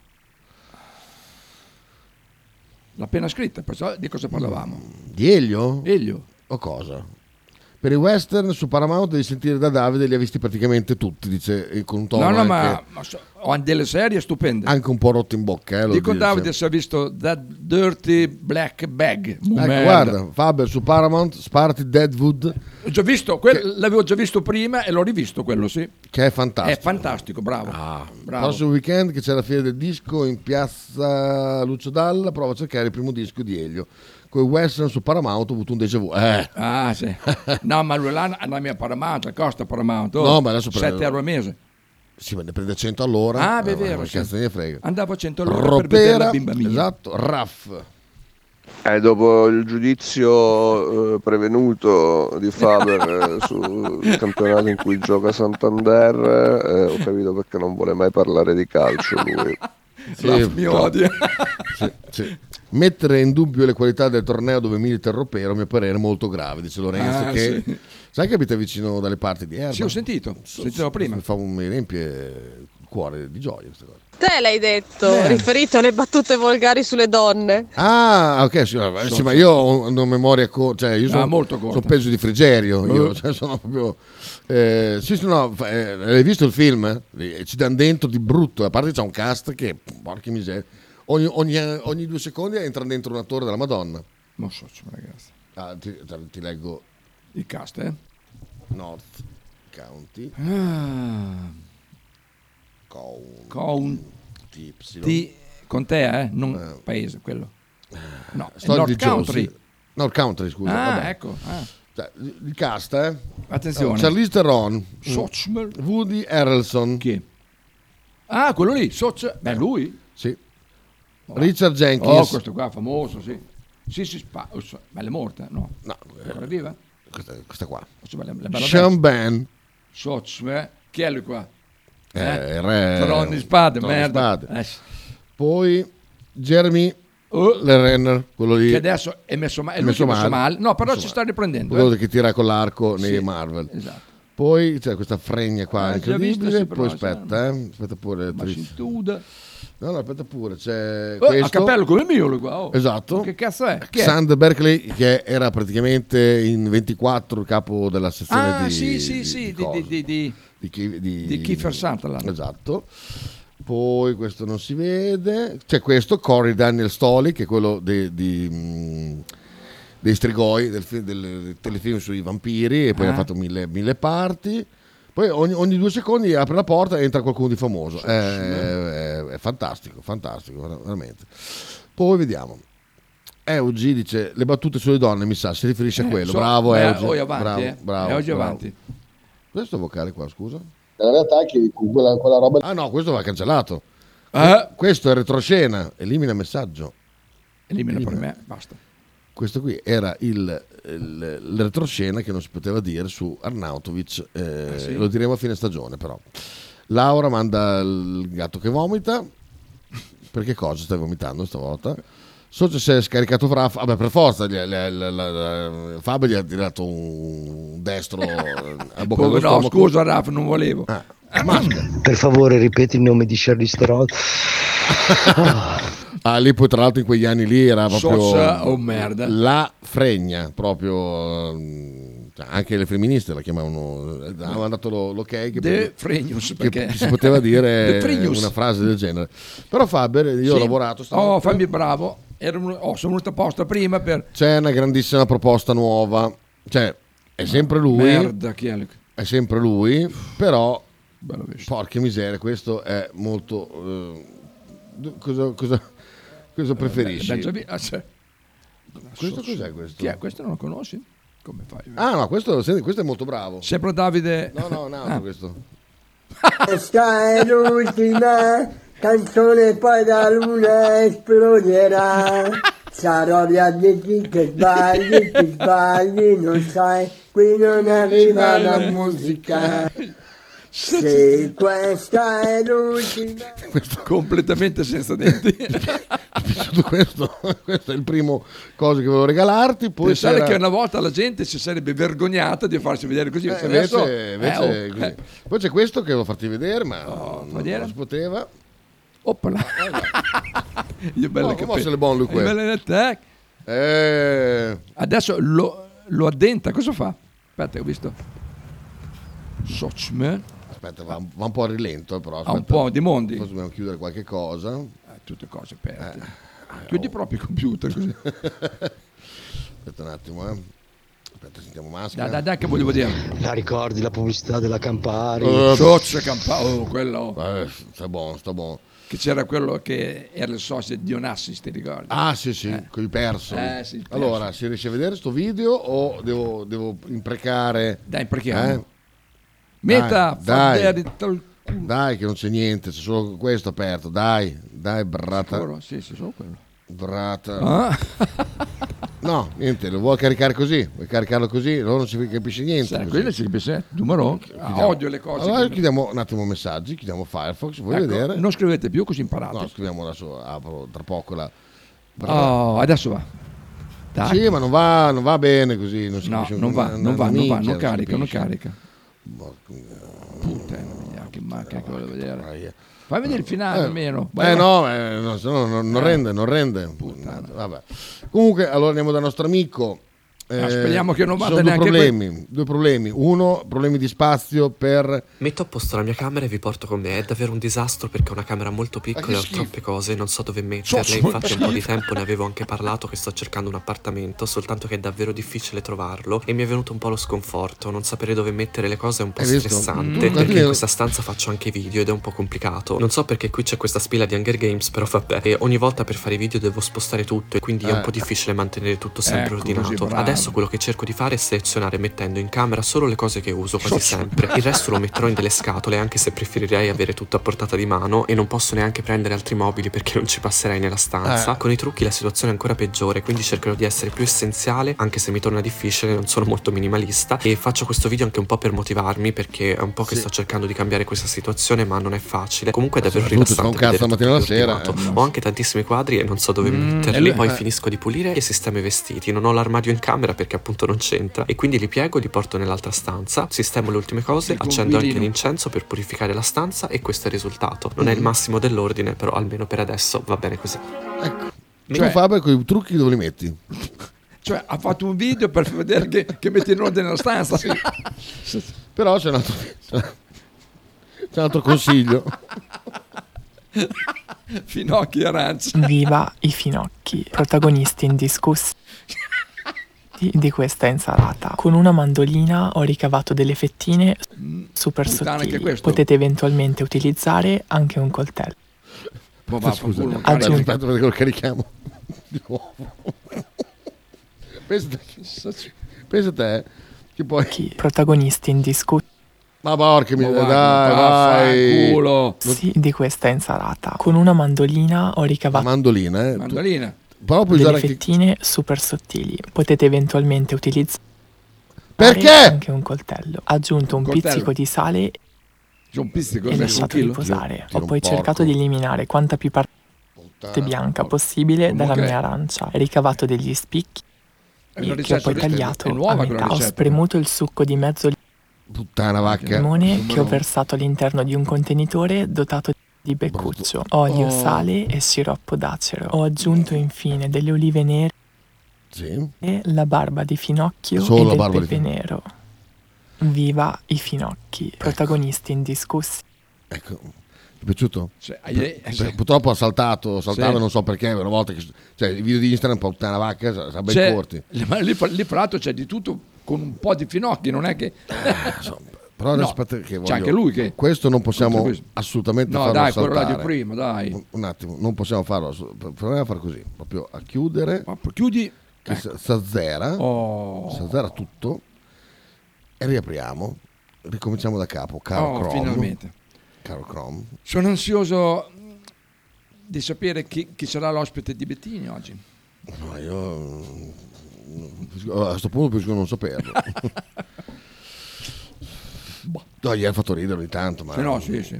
L'ha appena scritta, perciò di cosa parlavamo?
Di Elio?
Elio.
O cosa? Per i western su Paramount devi sentire da Davide, li ha visti praticamente tutti, dice, con un tono
ma ho delle serie stupende.
Anche un po' rotto in bocca.
Dico Davide se ha visto That Dirty Black Bag.
Guarda, Faber su Paramount, Sparty Deadwood.
Ho già visto, l'avevo già visto prima e l'ho rivisto quello, sì.
Che è fantastico.
È fantastico, bravo.
Bravo. Prossimo weekend che c'è la fiera del disco in piazza Lucio Dalla, prova a cercare il primo disco di Elio. Con i western su Paramount ho avuto un déjà vu.
Sì. No, ma lui là andiamo a Paramount, costa Paramount.
No, ma adesso
€7 al mese.
Sì, ma ne prende 100 all'ora.
È vero.
Che cazzo ne frega.
Andavo a 100 all'ora per vedere la bimba mia.
Esatto, Raff.
Dopo il giudizio prevenuto di Faber sul campionato in cui gioca Santander, ho capito perché non vuole mai parlare di calcio lui.
Mi odia.
Sì. Mettere in dubbio le qualità del torneo dove milita il ropero, a mio parere, è molto grave, dice Lorenzo. Sì. Sai che abita vicino dalle parti di Erba?
Sì, ho sentito prima.
Mi riempie il cuore di gioia questa cosa.
Te l'hai detto, riferito alle battute volgari sulle donne.
Ok, sì, ma io ho una memoria io sono
molto corta.
Sono peso di Frigerio, sono proprio hai visto il film? Ci danno dentro di brutto, a parte c'è un cast che porca miseria. Ogni 2 secondi entra dentro un attore della Madonna.
Non so, ragazzi.
Ti leggo
il cast,
North County.
Con te, non paese quello. No,
North
Country.
North Country, scusa. Vabbè.
Ecco.
Cioè, il cast,
Attenzione.
Charlize Theron,
Sochmer.
Woody Harrelson.
Chi? Quello lì, lui?
Sì. Richard Jenkins.
Questo qua famoso, sì. Sì, ma è morta? No. È viva?
Questa qua.
Sean
Penn.
Sochmer. Chi è lui qua?
Il re.
Trono di spade, merda.
Poi Jeremy Renner, quello lì.
Che adesso è messo male. No, però ci sta riprendendo.
Quello che tira con l'arco nei Marvel.
Esatto.
Poi c'è questa fregna qua incredibile. Poi aspetta pure. No, aspetta pure. C'è questo.
A cappello come il mio lui qua.
Esatto.
Che cazzo è?
Xander Berkeley, che era praticamente in 24 il capo della sezione di
di Kiefer Sutherland.
Esatto. Poi questo non si vede. C'è questo Corey Daniel Stoli, che è quello dei Strigoi, del telefilm sui vampiri, e poi ha fatto mille parti. Poi ogni 2 secondi apre la porta e entra qualcuno di famoso. È fantastico, veramente. Poi vediamo. Eugi dice le battute sulle donne, mi sa, si riferisce a quello. Bravo Eugi.
Bravo, Eugi avanti.
Questo vocale qua, scusa?
In realtà è che quella roba...
Ah no, questo va cancellato. Questo è retroscena, elimina messaggio.
Elimina per me, basta.
Questo qui era il retroscena che non si poteva dire su Arnautovic,
sì.
Lo diremo a fine stagione però. Laura manda il gatto che vomita. Perché cosa stai vomitando stavolta? Socio si è scaricato vabbè, per forza Fabio gli ha tirato un destro a bocca dello stomaco.
No, scusa Raf, non volevo.
Per favore ripeti il nome di Charlize Theron.
Lì poi tra l'altro in quegli anni lì era proprio
merda.
La fregna, proprio anche le femministe la chiamavano, avevano dato l'ok che si poteva dire una frase del genere. Però Faber, io ho lavorato stanotte.
Fabio bravo, sono venuto apposta prima per...
C'è una grandissima proposta nuova, cioè è sempre lui,
merda, chi
è sempre lui, però porca miseria, questo è molto cosa preferisci? Questo cos'è questo?
Chi è? Questo non lo conosci? Come fai?
No, questo è molto bravo.
Sempre Davide.
No, questo.
Questa è l'ultima canzone, poi la luna esploderà. Sarò via di che sbagli, non sai, qui non arriva la musica. Se questa è l'ultima,
completamente senza denti.
questo è il primo cosa che volevo regalarti. Poi
pensare che una volta la gente si sarebbe vergognata di farsi vedere così.
Invece così. Poi c'è questo che volevo farti vedere, ma non si poteva.
Oppala. Io bella
come se le buon lui
adesso lo addenta, cosa fa? Aspetta, ho visto Sochman.
Aspetta, va un po' a rilento, però
un po' di mondi.
Forse dobbiamo chiudere qualche cosa.
Tutte cose aperte. Chiudi proprio il computer così.
Aspetta un attimo, Aspetta, sentiamo Maschera.
Dai, che volevo dire.
La ricordi la pubblicità della Campari?
Campari, quello.
Sta buono.
Che c'era quello che era il socio di Dionassis, ti ricordi?
Sì, con i perso.
Sì,
allora, si riesce a vedere sto video o devo imprecare?
Dai, imprechiamo. Meta,
dai, che non c'è niente, c'è solo questo aperto. Dai, brata.
Sicuro? Sì, solo quello.
Brata. No, niente, lo vuoi caricare così? Vuoi caricarlo così? Allora non si capisce niente.
Quello si capisce. Numero. Odio le cose.
Allora chiudiamo un attimo messaggi, chiudiamo Firefox, vuoi vedere?
Non scrivete più così imparate.
No, scriviamo adesso, apro tra poco la...
adesso va. Dai.
Sì, ma non va bene così.
Non carica. Puttana mia, che macchina che volevo vedere. Fai vedere il finale almeno.
Non rende. Puttana. Vabbè. Comunque, allora andiamo dal nostro amico.
Speriamo che non vada
neanche due problemi. Uno, problemi di spazio per...
Metto a posto la mia camera e vi porto con me. È davvero un disastro perché è una camera molto piccola e ho troppe cose, non so dove metterle. Infatti un po' di tempo ne avevo anche parlato che sto cercando un appartamento, soltanto che è davvero difficile trovarlo e mi è venuto un po' lo sconforto. Non sapere dove mettere le cose è un po' stressante perché in questa stanza faccio anche video ed è un po' complicato. Non so perché qui c'è questa spilla di Hunger Games, però vabbè. E ogni volta per fare video devo spostare tutto e quindi è un po' difficile mantenere tutto sempre ordinato. Adesso quello che cerco di fare è selezionare mettendo in camera solo le cose che uso quasi sempre. Il resto lo metterò in delle scatole, anche se preferirei avere tutto a portata di mano e non posso neanche prendere altri mobili perché non ci passerei nella stanza. Con i trucchi la situazione è ancora peggiore, quindi cercherò di essere più essenziale, anche se mi torna difficile, non sono molto minimalista e faccio questo video anche un po' per motivarmi perché è un po' che sto cercando di cambiare questa situazione, ma non è facile. Comunque è davvero rilassante vedere
mattina alla sera.
Ho anche tantissimi quadri e non so dove metterli. Poi finisco di pulire e sistemo i vestiti. Non ho l'armadio in camera perché appunto non c'entra e quindi li piego e li porto nell'altra stanza, sistemo le ultime cose, accendo anche l'incenso per purificare la stanza e questo è il risultato. Non è il massimo dell'ordine, però almeno per adesso va bene così.
Ecco. Tu Fabio con i trucchi dove li metti?
Cioè ha fatto un video per vedere che metti in ordine la stanza.
Però c'è C'è un altro consiglio.
Finocchi arancia.
Viva i finocchi, protagonisti indiscussi di questa insalata. Con una mandolina ho ricavato delle fettine super sottili. Potete eventualmente utilizzare anche un coltello.
Scusa,
Aggiunto.
aspetta perché lo carichiamo di nuovo. Pensa te che poi
protagonisti indiscussi.
Ma porca miseria, dai.
Sì, di questa insalata. Con una mandolina ho ricavato
mandolina. Però puoi
delle
usare
fettine super sottili. Potete eventualmente utilizzare anche un coltello. Aggiunto un pizzico di sale
un pizzico,
e lasciato riposare. Ho poi cercato di eliminare quanta più parte bianca possibile dalla mia arancia. Ricavato degli spicchi che ho poi tagliato a metà. Ho spremuto il succo di mezzo
puttana vacca
limone che ho versato all'interno di un contenitore dotato di beccuccio, olio, sale e sciroppo d'acero. Ho aggiunto infine delle olive nere e la barba di finocchio
Solo
e
la
del
barba
pepe nero. Viva i finocchi, protagonisti indiscussi.
Ecco, ti è piaciuto?
Sì.
Purtroppo ha saltava,
Sì.
non so perché, una volta che i video di Instagram, puttana vacca, sono ben corti.
Lì fra l'altro c'è di tutto con un po' di finocchi, non è che...
Però aspetta che
c'è anche lui che...
Questo non possiamo assolutamente farlo
dai,
saltare.
quello là di prima, dai.
Un attimo, non possiamo farlo. Proviamo a fare così, proprio a chiudere.
Chiudi.
Che s'azzera tutto e riapriamo. Ricominciamo da capo, caro Chrome.
Finalmente.
Caro Chrome.
Sono ansioso di sapere chi sarà l'ospite di Bettini oggi.
No, io a questo punto penso non saperlo. No, gli hai fatto ridere ogni tanto, ma...
Sì.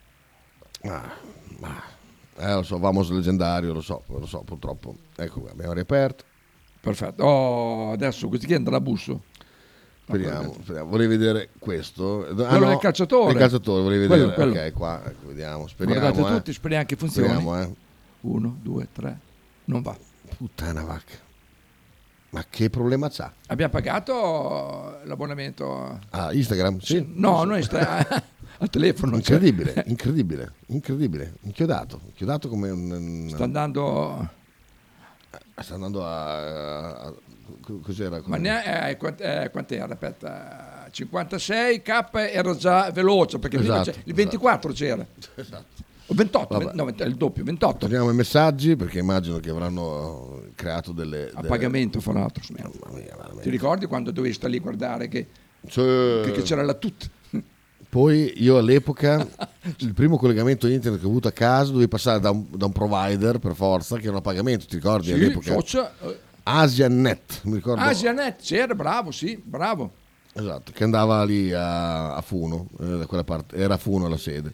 Lo so, Vamos leggendario, lo so, purtroppo. Ecco, abbiamo riaperto.
Perfetto. Adesso questi chi andrà a busso?
Speriamo. Volevi vedere questo?
Quello del calciatore.
Il calciatore, volevi vedere?
Quello.
Ok, qua, ecco, vediamo, speriamo.
Guardate tutti, speriamo che funzioni.
Speriamo,
1, 2, 3. Non va.
Puttana vacca. Ma che problema c'ha?
Abbiamo pagato l'abbonamento
a Instagram? Sì.
No, noi al telefono.
Incredibile. Inchiodato come un...
Sta andando
a cos'era?
Ma quant'era? Aspetta, 56k era già veloce perché il 24 c'era.
Esatto.
28, no, è il doppio, 28.
Torniamo ai messaggi perché immagino che avranno creato delle...
A pagamento fra l'altro. Ti ricordi quando dovevi stare lì a guardare che c'era la tut?
Poi io all'epoca il primo collegamento internet che ho avuto a casa dovevi passare da un provider per forza che era a pagamento, ti ricordi?
Sì,
all'epoca? Asianet, mi ricordo.
Asianet, c'era, bravo.
Esatto, che andava lì a Funo, da quella parte, era a Funo la sede.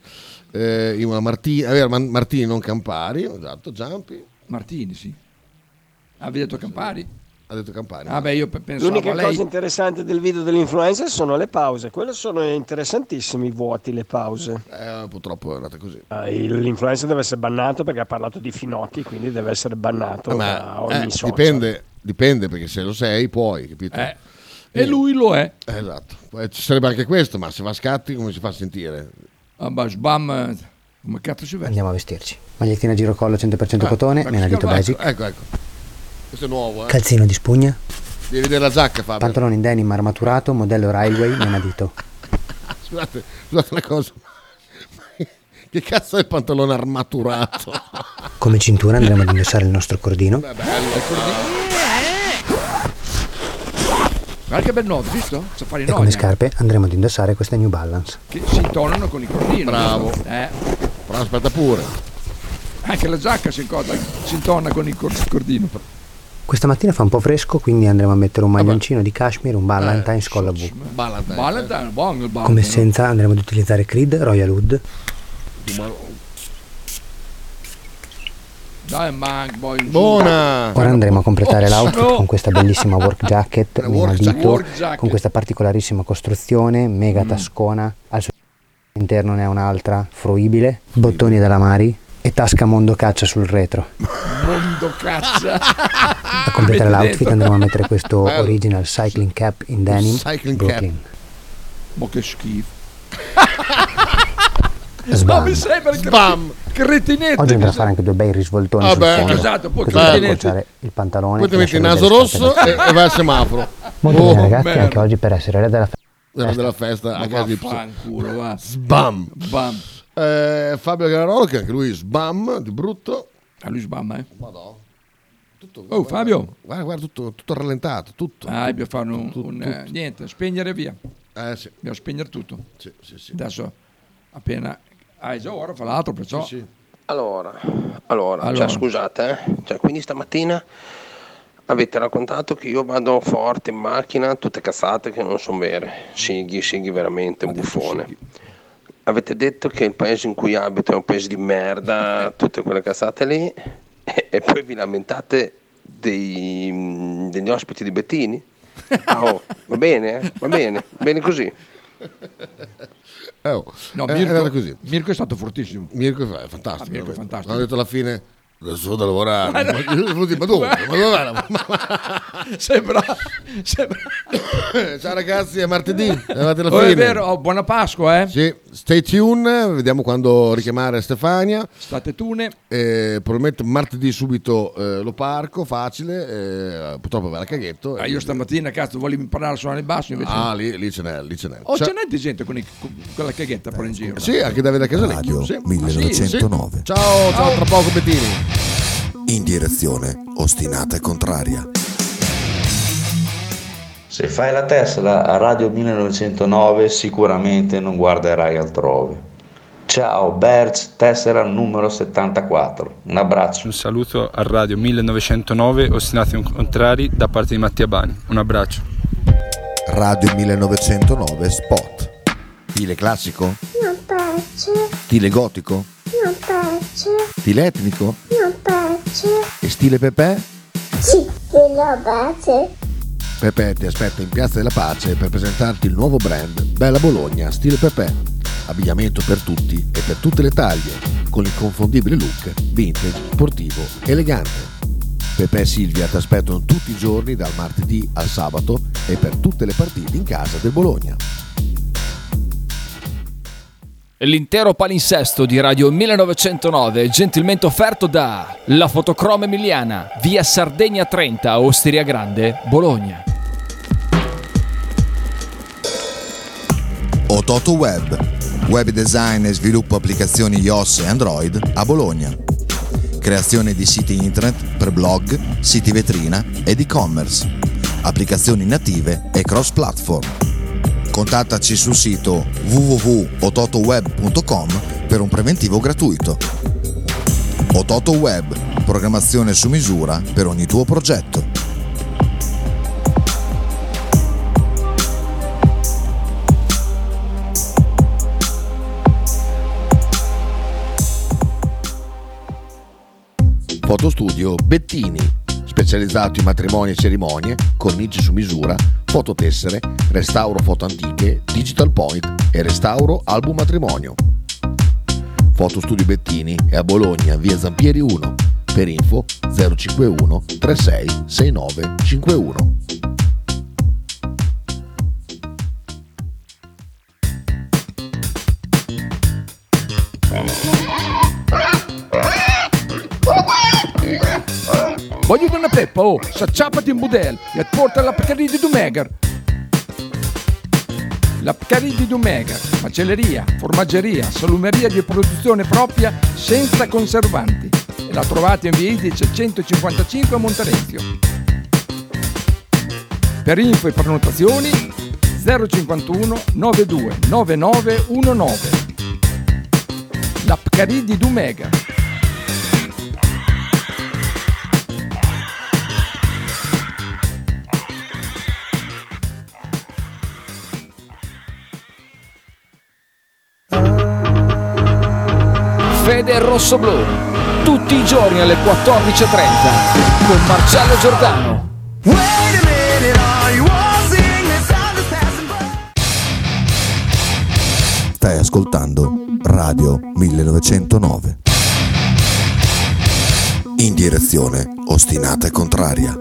Martini, non Campari, esatto, Giampi.
Martini, sì. Avevi detto Campari?
Ha detto Campari.
Io pensavo
L'unica
lei...
cosa interessante del video dell'influencer sono le pause. Quelle sono interessantissimi i vuoti, le pause.
Purtroppo è andata così.
L'influencer deve essere bannato perché ha parlato di finocchi, quindi deve essere bannato da ogni social.
Dipende perché se lo sei puoi, capito?
E lui lo è.
Esatto. Ci sarebbe anche questo, ma se va a scatti come si fa a sentire?
Sbam, come cazzo si vede?
Andiamo a vestirci. Magliettina girocollo 100% cotone, menadito basic.
Ecco. Questo è nuovo,
Calzino di spugna.
Devi vedere la giacca, Fabio.
Pantalone in denim armaturato, modello Railway, menadito.
Scusate una cosa. Che cazzo è il pantalone armaturato?
Come cintura andremo ad indossare il nostro cordino.
Bello, il cordino.
Guarda che bel nodo, visto?
E come scarpe andremo ad indossare queste New Balance.
Che si intonano con i cordini.
Bravo. Però aspetta pure.
Anche la giacca si intona con il cordino.
Questa mattina fa un po' fresco, quindi andremo a mettere un maglioncino di cashmere, un Valentine's colla V.
Valentine,
buono il Valentine.
Come essenza andremo ad utilizzare Creed Royal Wood.
Dai,
buona!
Ora andremo a completare l'outfit con questa bellissima work jacket menadito, con questa particolarissima costruzione, mega tascona, al suo interno ne ha un'altra fruibile, bottoni della Mari e tasca Mondo Caccia sul retro.
Mondo Caccia!
A completare l'outfit andremo a mettere questo original cycling cap in denim Brooklyn.
Ma che schifo. No, mi sembra cretinetti.
Oggi andrò a fare anche 2 bei risvoltoni sul fondo.
Esatto, poi
così puoi accorciare il pantalone.
Poi ti metti il naso rosso e vai al semaforo.
Molto bene ragazzi, anche oggi per essere re della
festa a casa di
fanculo, va.
Sbam.
Bam.
Fabio Granarolo, che anche lui sbam di brutto.
A lui sbam,
Madonna. Tutto,
guarda, Fabio.
Guarda, tutto rallentato, tutto.
Dobbiamo fare niente, spegnere via.
Sì.
Dobbiamo spegnere tutto.
Sì.
Adesso appena hai già ora fa l'altro, perciò.
Sì. Allora. Cioè, scusate, quindi stamattina avete raccontato che io vado forte in macchina, tutte cazzate che non sono vere. Sighi veramente un buffone. Avete detto che il paese in cui abito è un paese di merda, tutte quelle cazzate lì, e poi vi lamentate degli ospiti di Bettini? Va bene così.
No, Mirko è stato fortissimo.
Mirko è fantastico.
Mirko è fantastico.
Ho detto alla fine, adesso da lavorare. Ma dove?
Sembra.
Ciao ragazzi, è martedì. È fine.
È vero, buona Pasqua,
Sì, stay tuned, vediamo quando richiamare Stefania.
State tune.
Probabilmente martedì subito lo parco, facile. Purtroppo va la caghetto.
Io stamattina, cazzo, volevo imparare a suonare il basso invece.
Lì ce n'è.
Ce n'è di gente con la caghetta per in giro.
Sì, anche Davide Casalecchio.
Radio 1909.
Sì. Ciao, tra poco Bettini.
In direzione ostinata e contraria.
Se fai la Tesla a Radio 1909 sicuramente non guarderai altrove. Ciao Berz, tessera numero 74. Un abbraccio.
Un saluto a Radio 1909 ostinati e contrari da parte di Mattia Bani. Un abbraccio.
Radio 1909 Spot. Stile classico?
Non piace.
Stile gotico?
Non piace.
Stile etnico?
Non piace.
E stile Pepe?
Sì, lo piace.
Pepe ti aspetta in Piazza della Pace per presentarti il nuovo brand Bella Bologna Stile Pepe. Abbigliamento per tutti e per tutte le taglie, con l'inconfondibile look vintage, sportivo, elegante. Pepe e Silvia ti aspettano tutti i giorni dal martedì al sabato e per tutte le partite in casa del Bologna.
L'intero palinsesto di Radio 1909 gentilmente offerto da La Fotocroma Emiliana, via Sardegna 30, Osteria Grande, Bologna.
Ototo Web design e sviluppo applicazioni iOS e Android a Bologna. Creazione di siti internet per blog, siti vetrina ed e-commerce, applicazioni native e cross-platform. Contattaci sul sito www.ototoweb.com per un preventivo gratuito. Ototo Web, programmazione su misura per ogni tuo progetto.
Fotostudio Bettini, specializzato in matrimoni e cerimonie, cornici su misura, fototessere, restauro foto antiche, digital point e restauro album matrimonio. Fotostudio Bettini è a Bologna, via Zampieri 1, per info 051 36 69 51.
Voglio una peppa, s'acciappati in budel e porta la Pcaridi di Dumegar. La Pcaridi di Dumegar, macelleria, formaggeria, salumeria di produzione propria senza conservanti. E la trovate in via Idice 155 a Monterezio. Per info e prenotazioni 051 92 9919. La Pcaridi di Dumegar.
Fede Rossoblu, tutti i giorni alle 14.30 con Marcello Giordano.
Stai ascoltando Radio 1909. In direzione ostinata e contraria.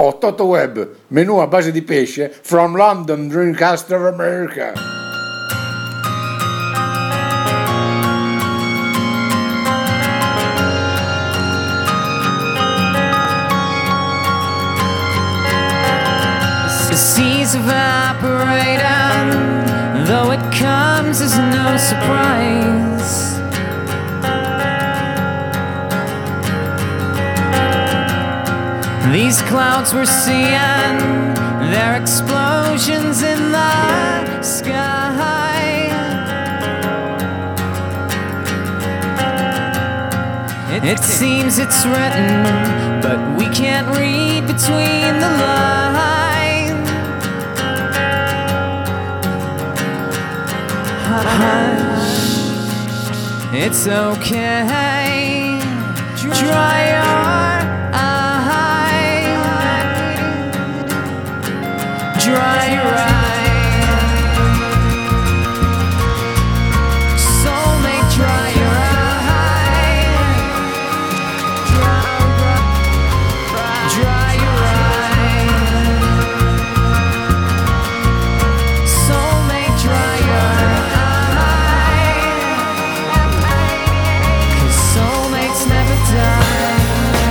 o Toto Web, menù a base di pesce, from London, Dreamcaster America.
The seas evaporate, and though it comes as no surprise, these clouds we're seeing, they're explosions in the sky. It seems it's written, but we can't read between the lines. Hush, it's okay. Dry your eyes. Dry your eyes. Soulmate, dry your eyes. Dry your eyes. Soulmate, dry your eyes. 'Cause soulmates never die.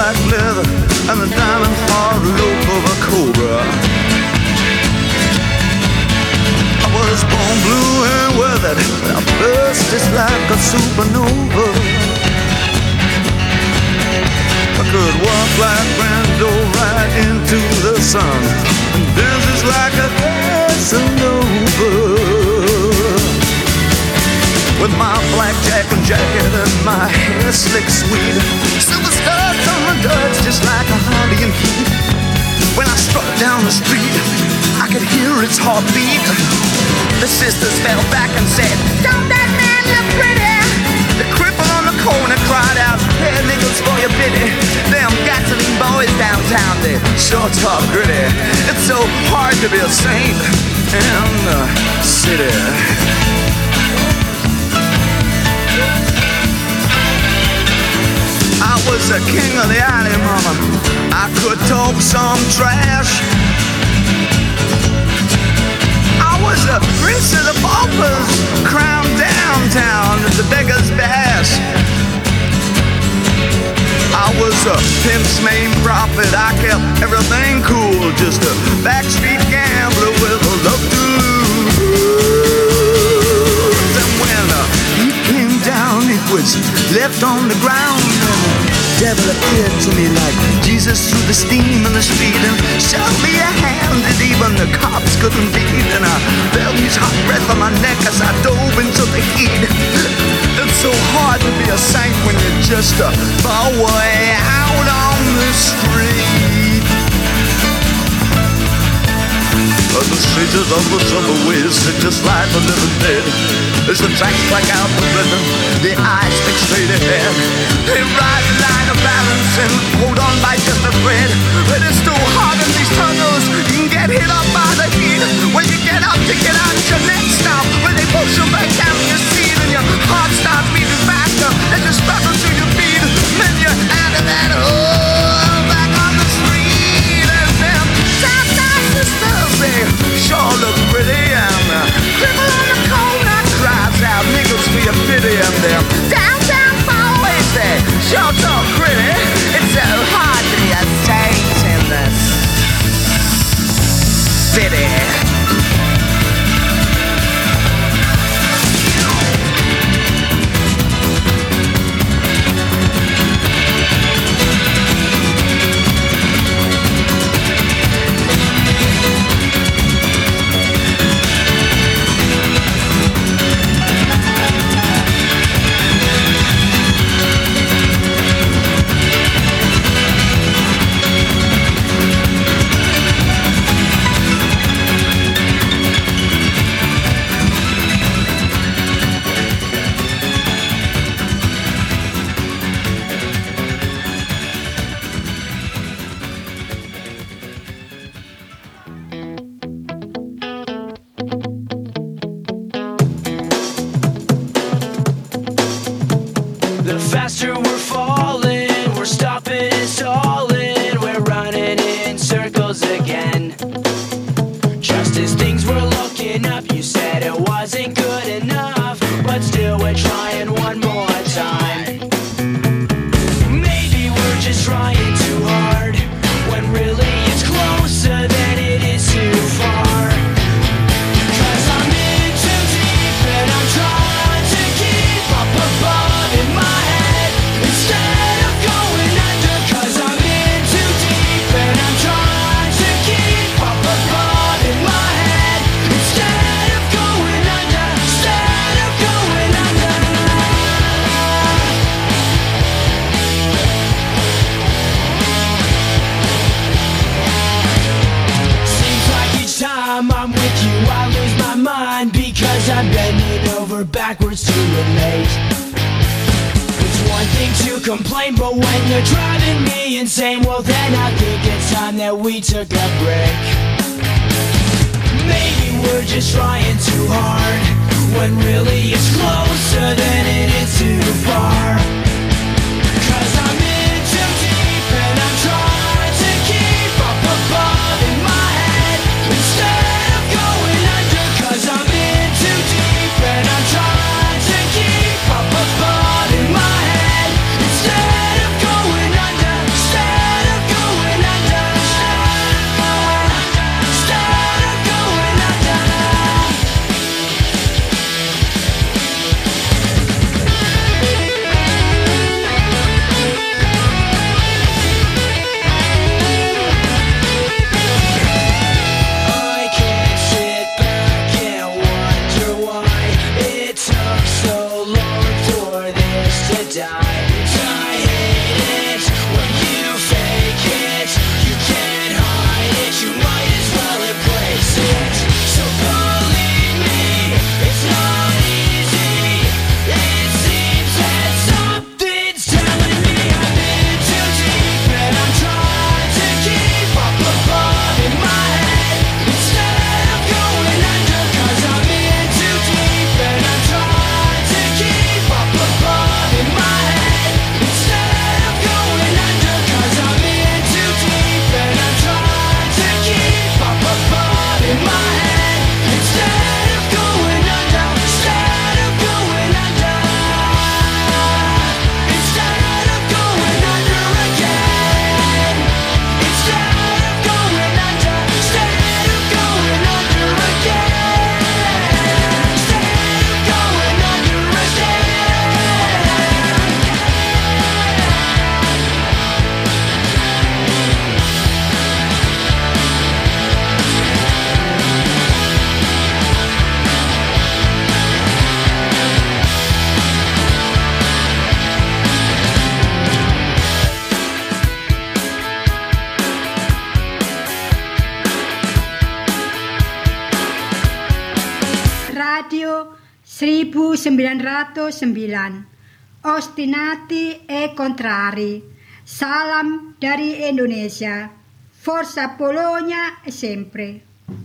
black leather and the diamond hard look of a cobra. I was born blue and weathered, I burst just like a supernova. I could walk like Brando right into the sun and dance just like a Casanova. With my blackjack and jacket and my hair slick sweet, silver studs on my duds just like a Harley and Heat. When I struck down the street, I could hear its heartbeat. The sisters fell back and said, "Don't that man look pretty?" The cripple on the corner cried out, "Hey, nickels for your pity." Them gasoline boys downtown, they sure talk gritty. It's so hard to be a saint in the city. I was the king of the alley, mama. I could talk some trash. I was the prince of the paupers, crowned downtown at the beggar's bash. I was a pimp's main prophet. I kept everything cool, just a backstreet gambler with a love to lose. And when he came down, it was left on the ground. The devil appeared to me like Jesus through the steam in the street and showed me a hand that even the cops couldn't beat. And I felt his hot breath on my neck as I dove into the heat. It's so hard to be a saint when you're just a boy out on the street. The streets of the subway sit just like the living dead. As the tracks black out the rhythm, the eyes fix straight ahead. They ride the line of balance and hold on by just a thread. But it's too hard in these tunnels, you can get hit up by the heat. When you get up to get out your next stop, when they push you back down your seat and your heart starts beating faster as you struggle to your feet. Then you're out of that hole, back on the street. And them top sisters, they sure look pretty. And the cripple on the corner cries out, "Nickels for your pity." And them downtown boys, they sure talk gritty. It's so hard to be a saint in the city.
Complain, but when you're driving me insane, well then I think it's time that we took a break. Maybe we're just trying too hard, when really it's closer than it is too far. 'Cause I'm in too deep and I'm trying to keep up above in my head instead of going under. 'Cause I'm in too deep and I'm trying to keep up above in my head instead of going under.
Radio 1909, ostinati e contrari. Salam dari Indonesia. Forza Polonia e sempre.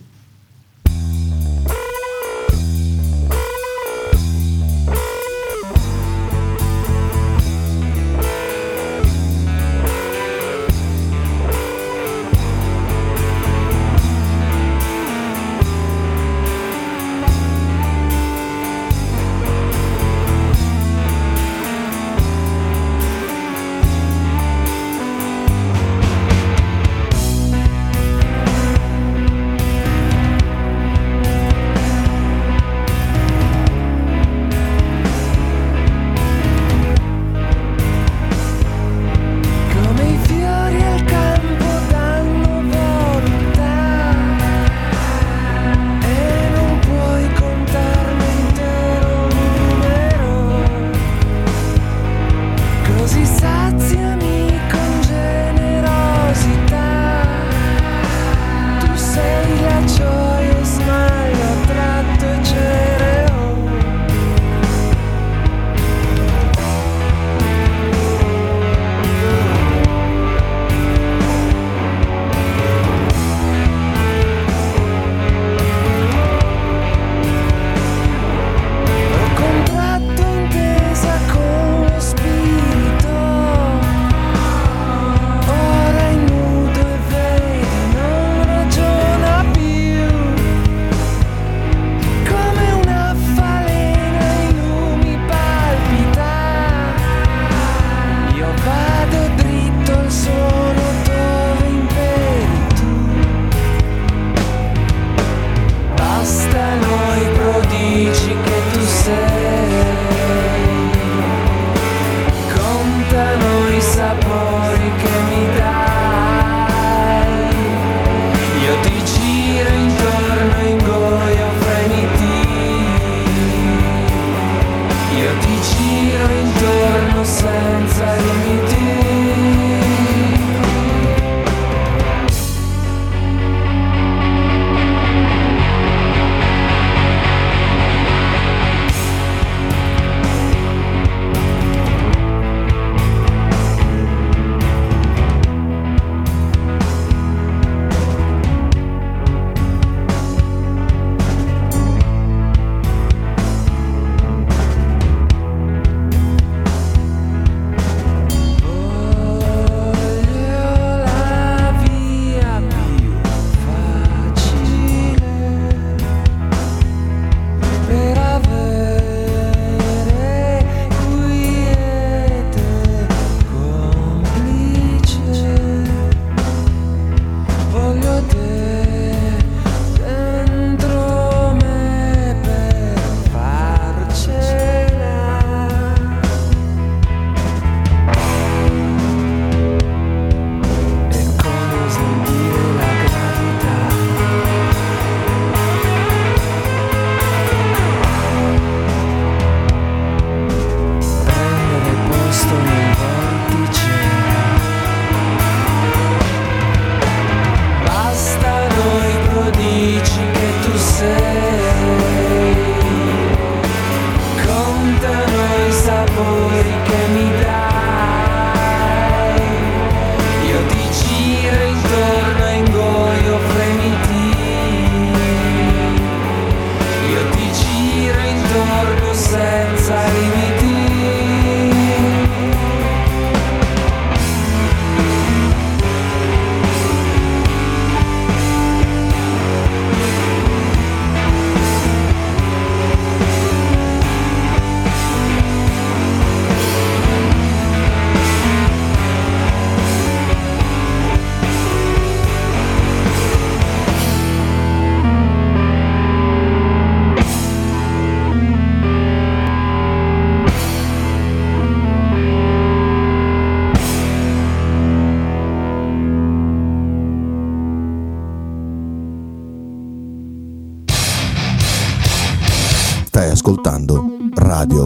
Stai ascoltando Radio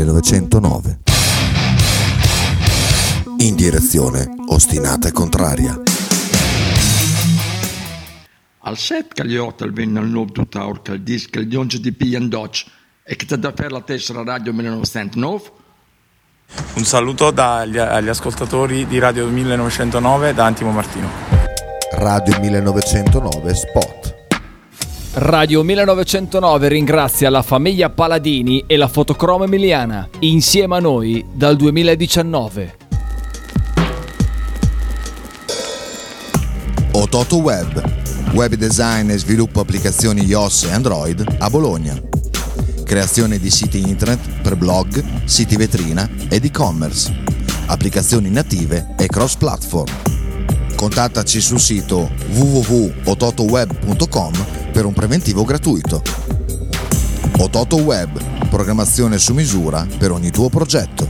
1909. In direzione ostinata e contraria.
al 7 alle 8 al 20 al 9 tutta orca il disco il dionge di Pian Dodge e che da per la tessera Radio 1909.
Un saluto agli ascoltatori di Radio 1909 da Antimo Martino.
Radio 1909 Spot.
Radio 1909 ringrazia la famiglia Paladini e la Fotocromo Emiliana, insieme a noi dal 2019.
Ototo Web, web design e sviluppo applicazioni iOS e Android a Bologna. Creazione di siti internet per blog, siti vetrina ed e-commerce, applicazioni native e cross-platform. Contattaci sul sito www.ototoweb.com per un preventivo gratuito. Ototo Web, programmazione su misura per ogni tuo progetto.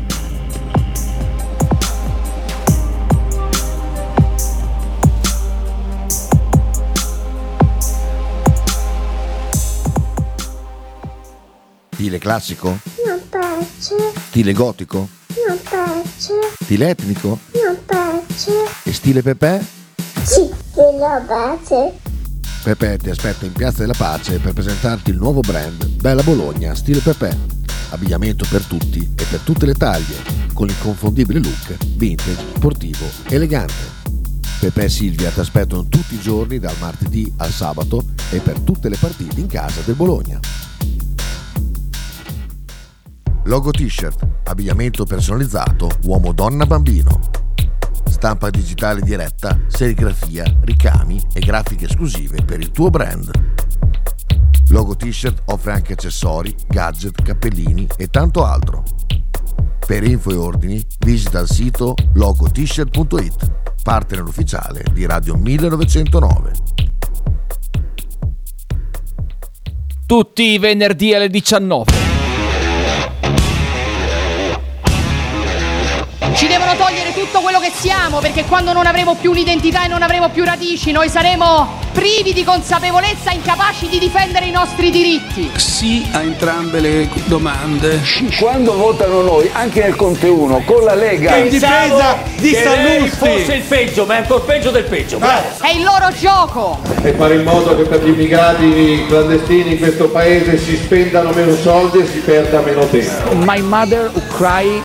Stile classico?
Non piace.
Stile gotico?
Non piace.
Stile etnico?
Non piace.
E stile Pepe?
Sì, lo piace.
Pepe ti aspetta in Piazza della Pace per presentarti il nuovo brand Bella Bologna Stile Pepe. Abbigliamento per tutti e per tutte le taglie, con l'inconfondibile look vintage, sportivo, elegante. Pepe e Silvia ti aspettano tutti i giorni dal martedì al sabato e per tutte le partite in casa del Bologna. Logo t-shirt, abbigliamento personalizzato uomo, donna, bambino. Stampa digitale diretta, serigrafia, ricami e grafiche esclusive per il tuo brand. Logo t-shirt offre anche accessori, gadget, cappellini e tanto altro. Per info e ordini visita il sito logotshirt.it, partner ufficiale di Radio 1909.
Tutti i venerdì alle 19.
Ci devono togliere tutto quello che siamo, perché quando non avremo più un'identità e non avremo più radici, noi saremo privi di consapevolezza, incapaci di difendere i nostri diritti.
Sì a entrambe le domande.
Quando votano noi, anche nel Conte 1, con la Lega,
che in difesa di Sallusti
fosse il peggio, ma è ancora peggio del peggio.
È il loro gioco.
E fare in modo che per gli immigrati clandestini in questo paese si spendano meno soldi e si perda meno tempo.
My mother who cry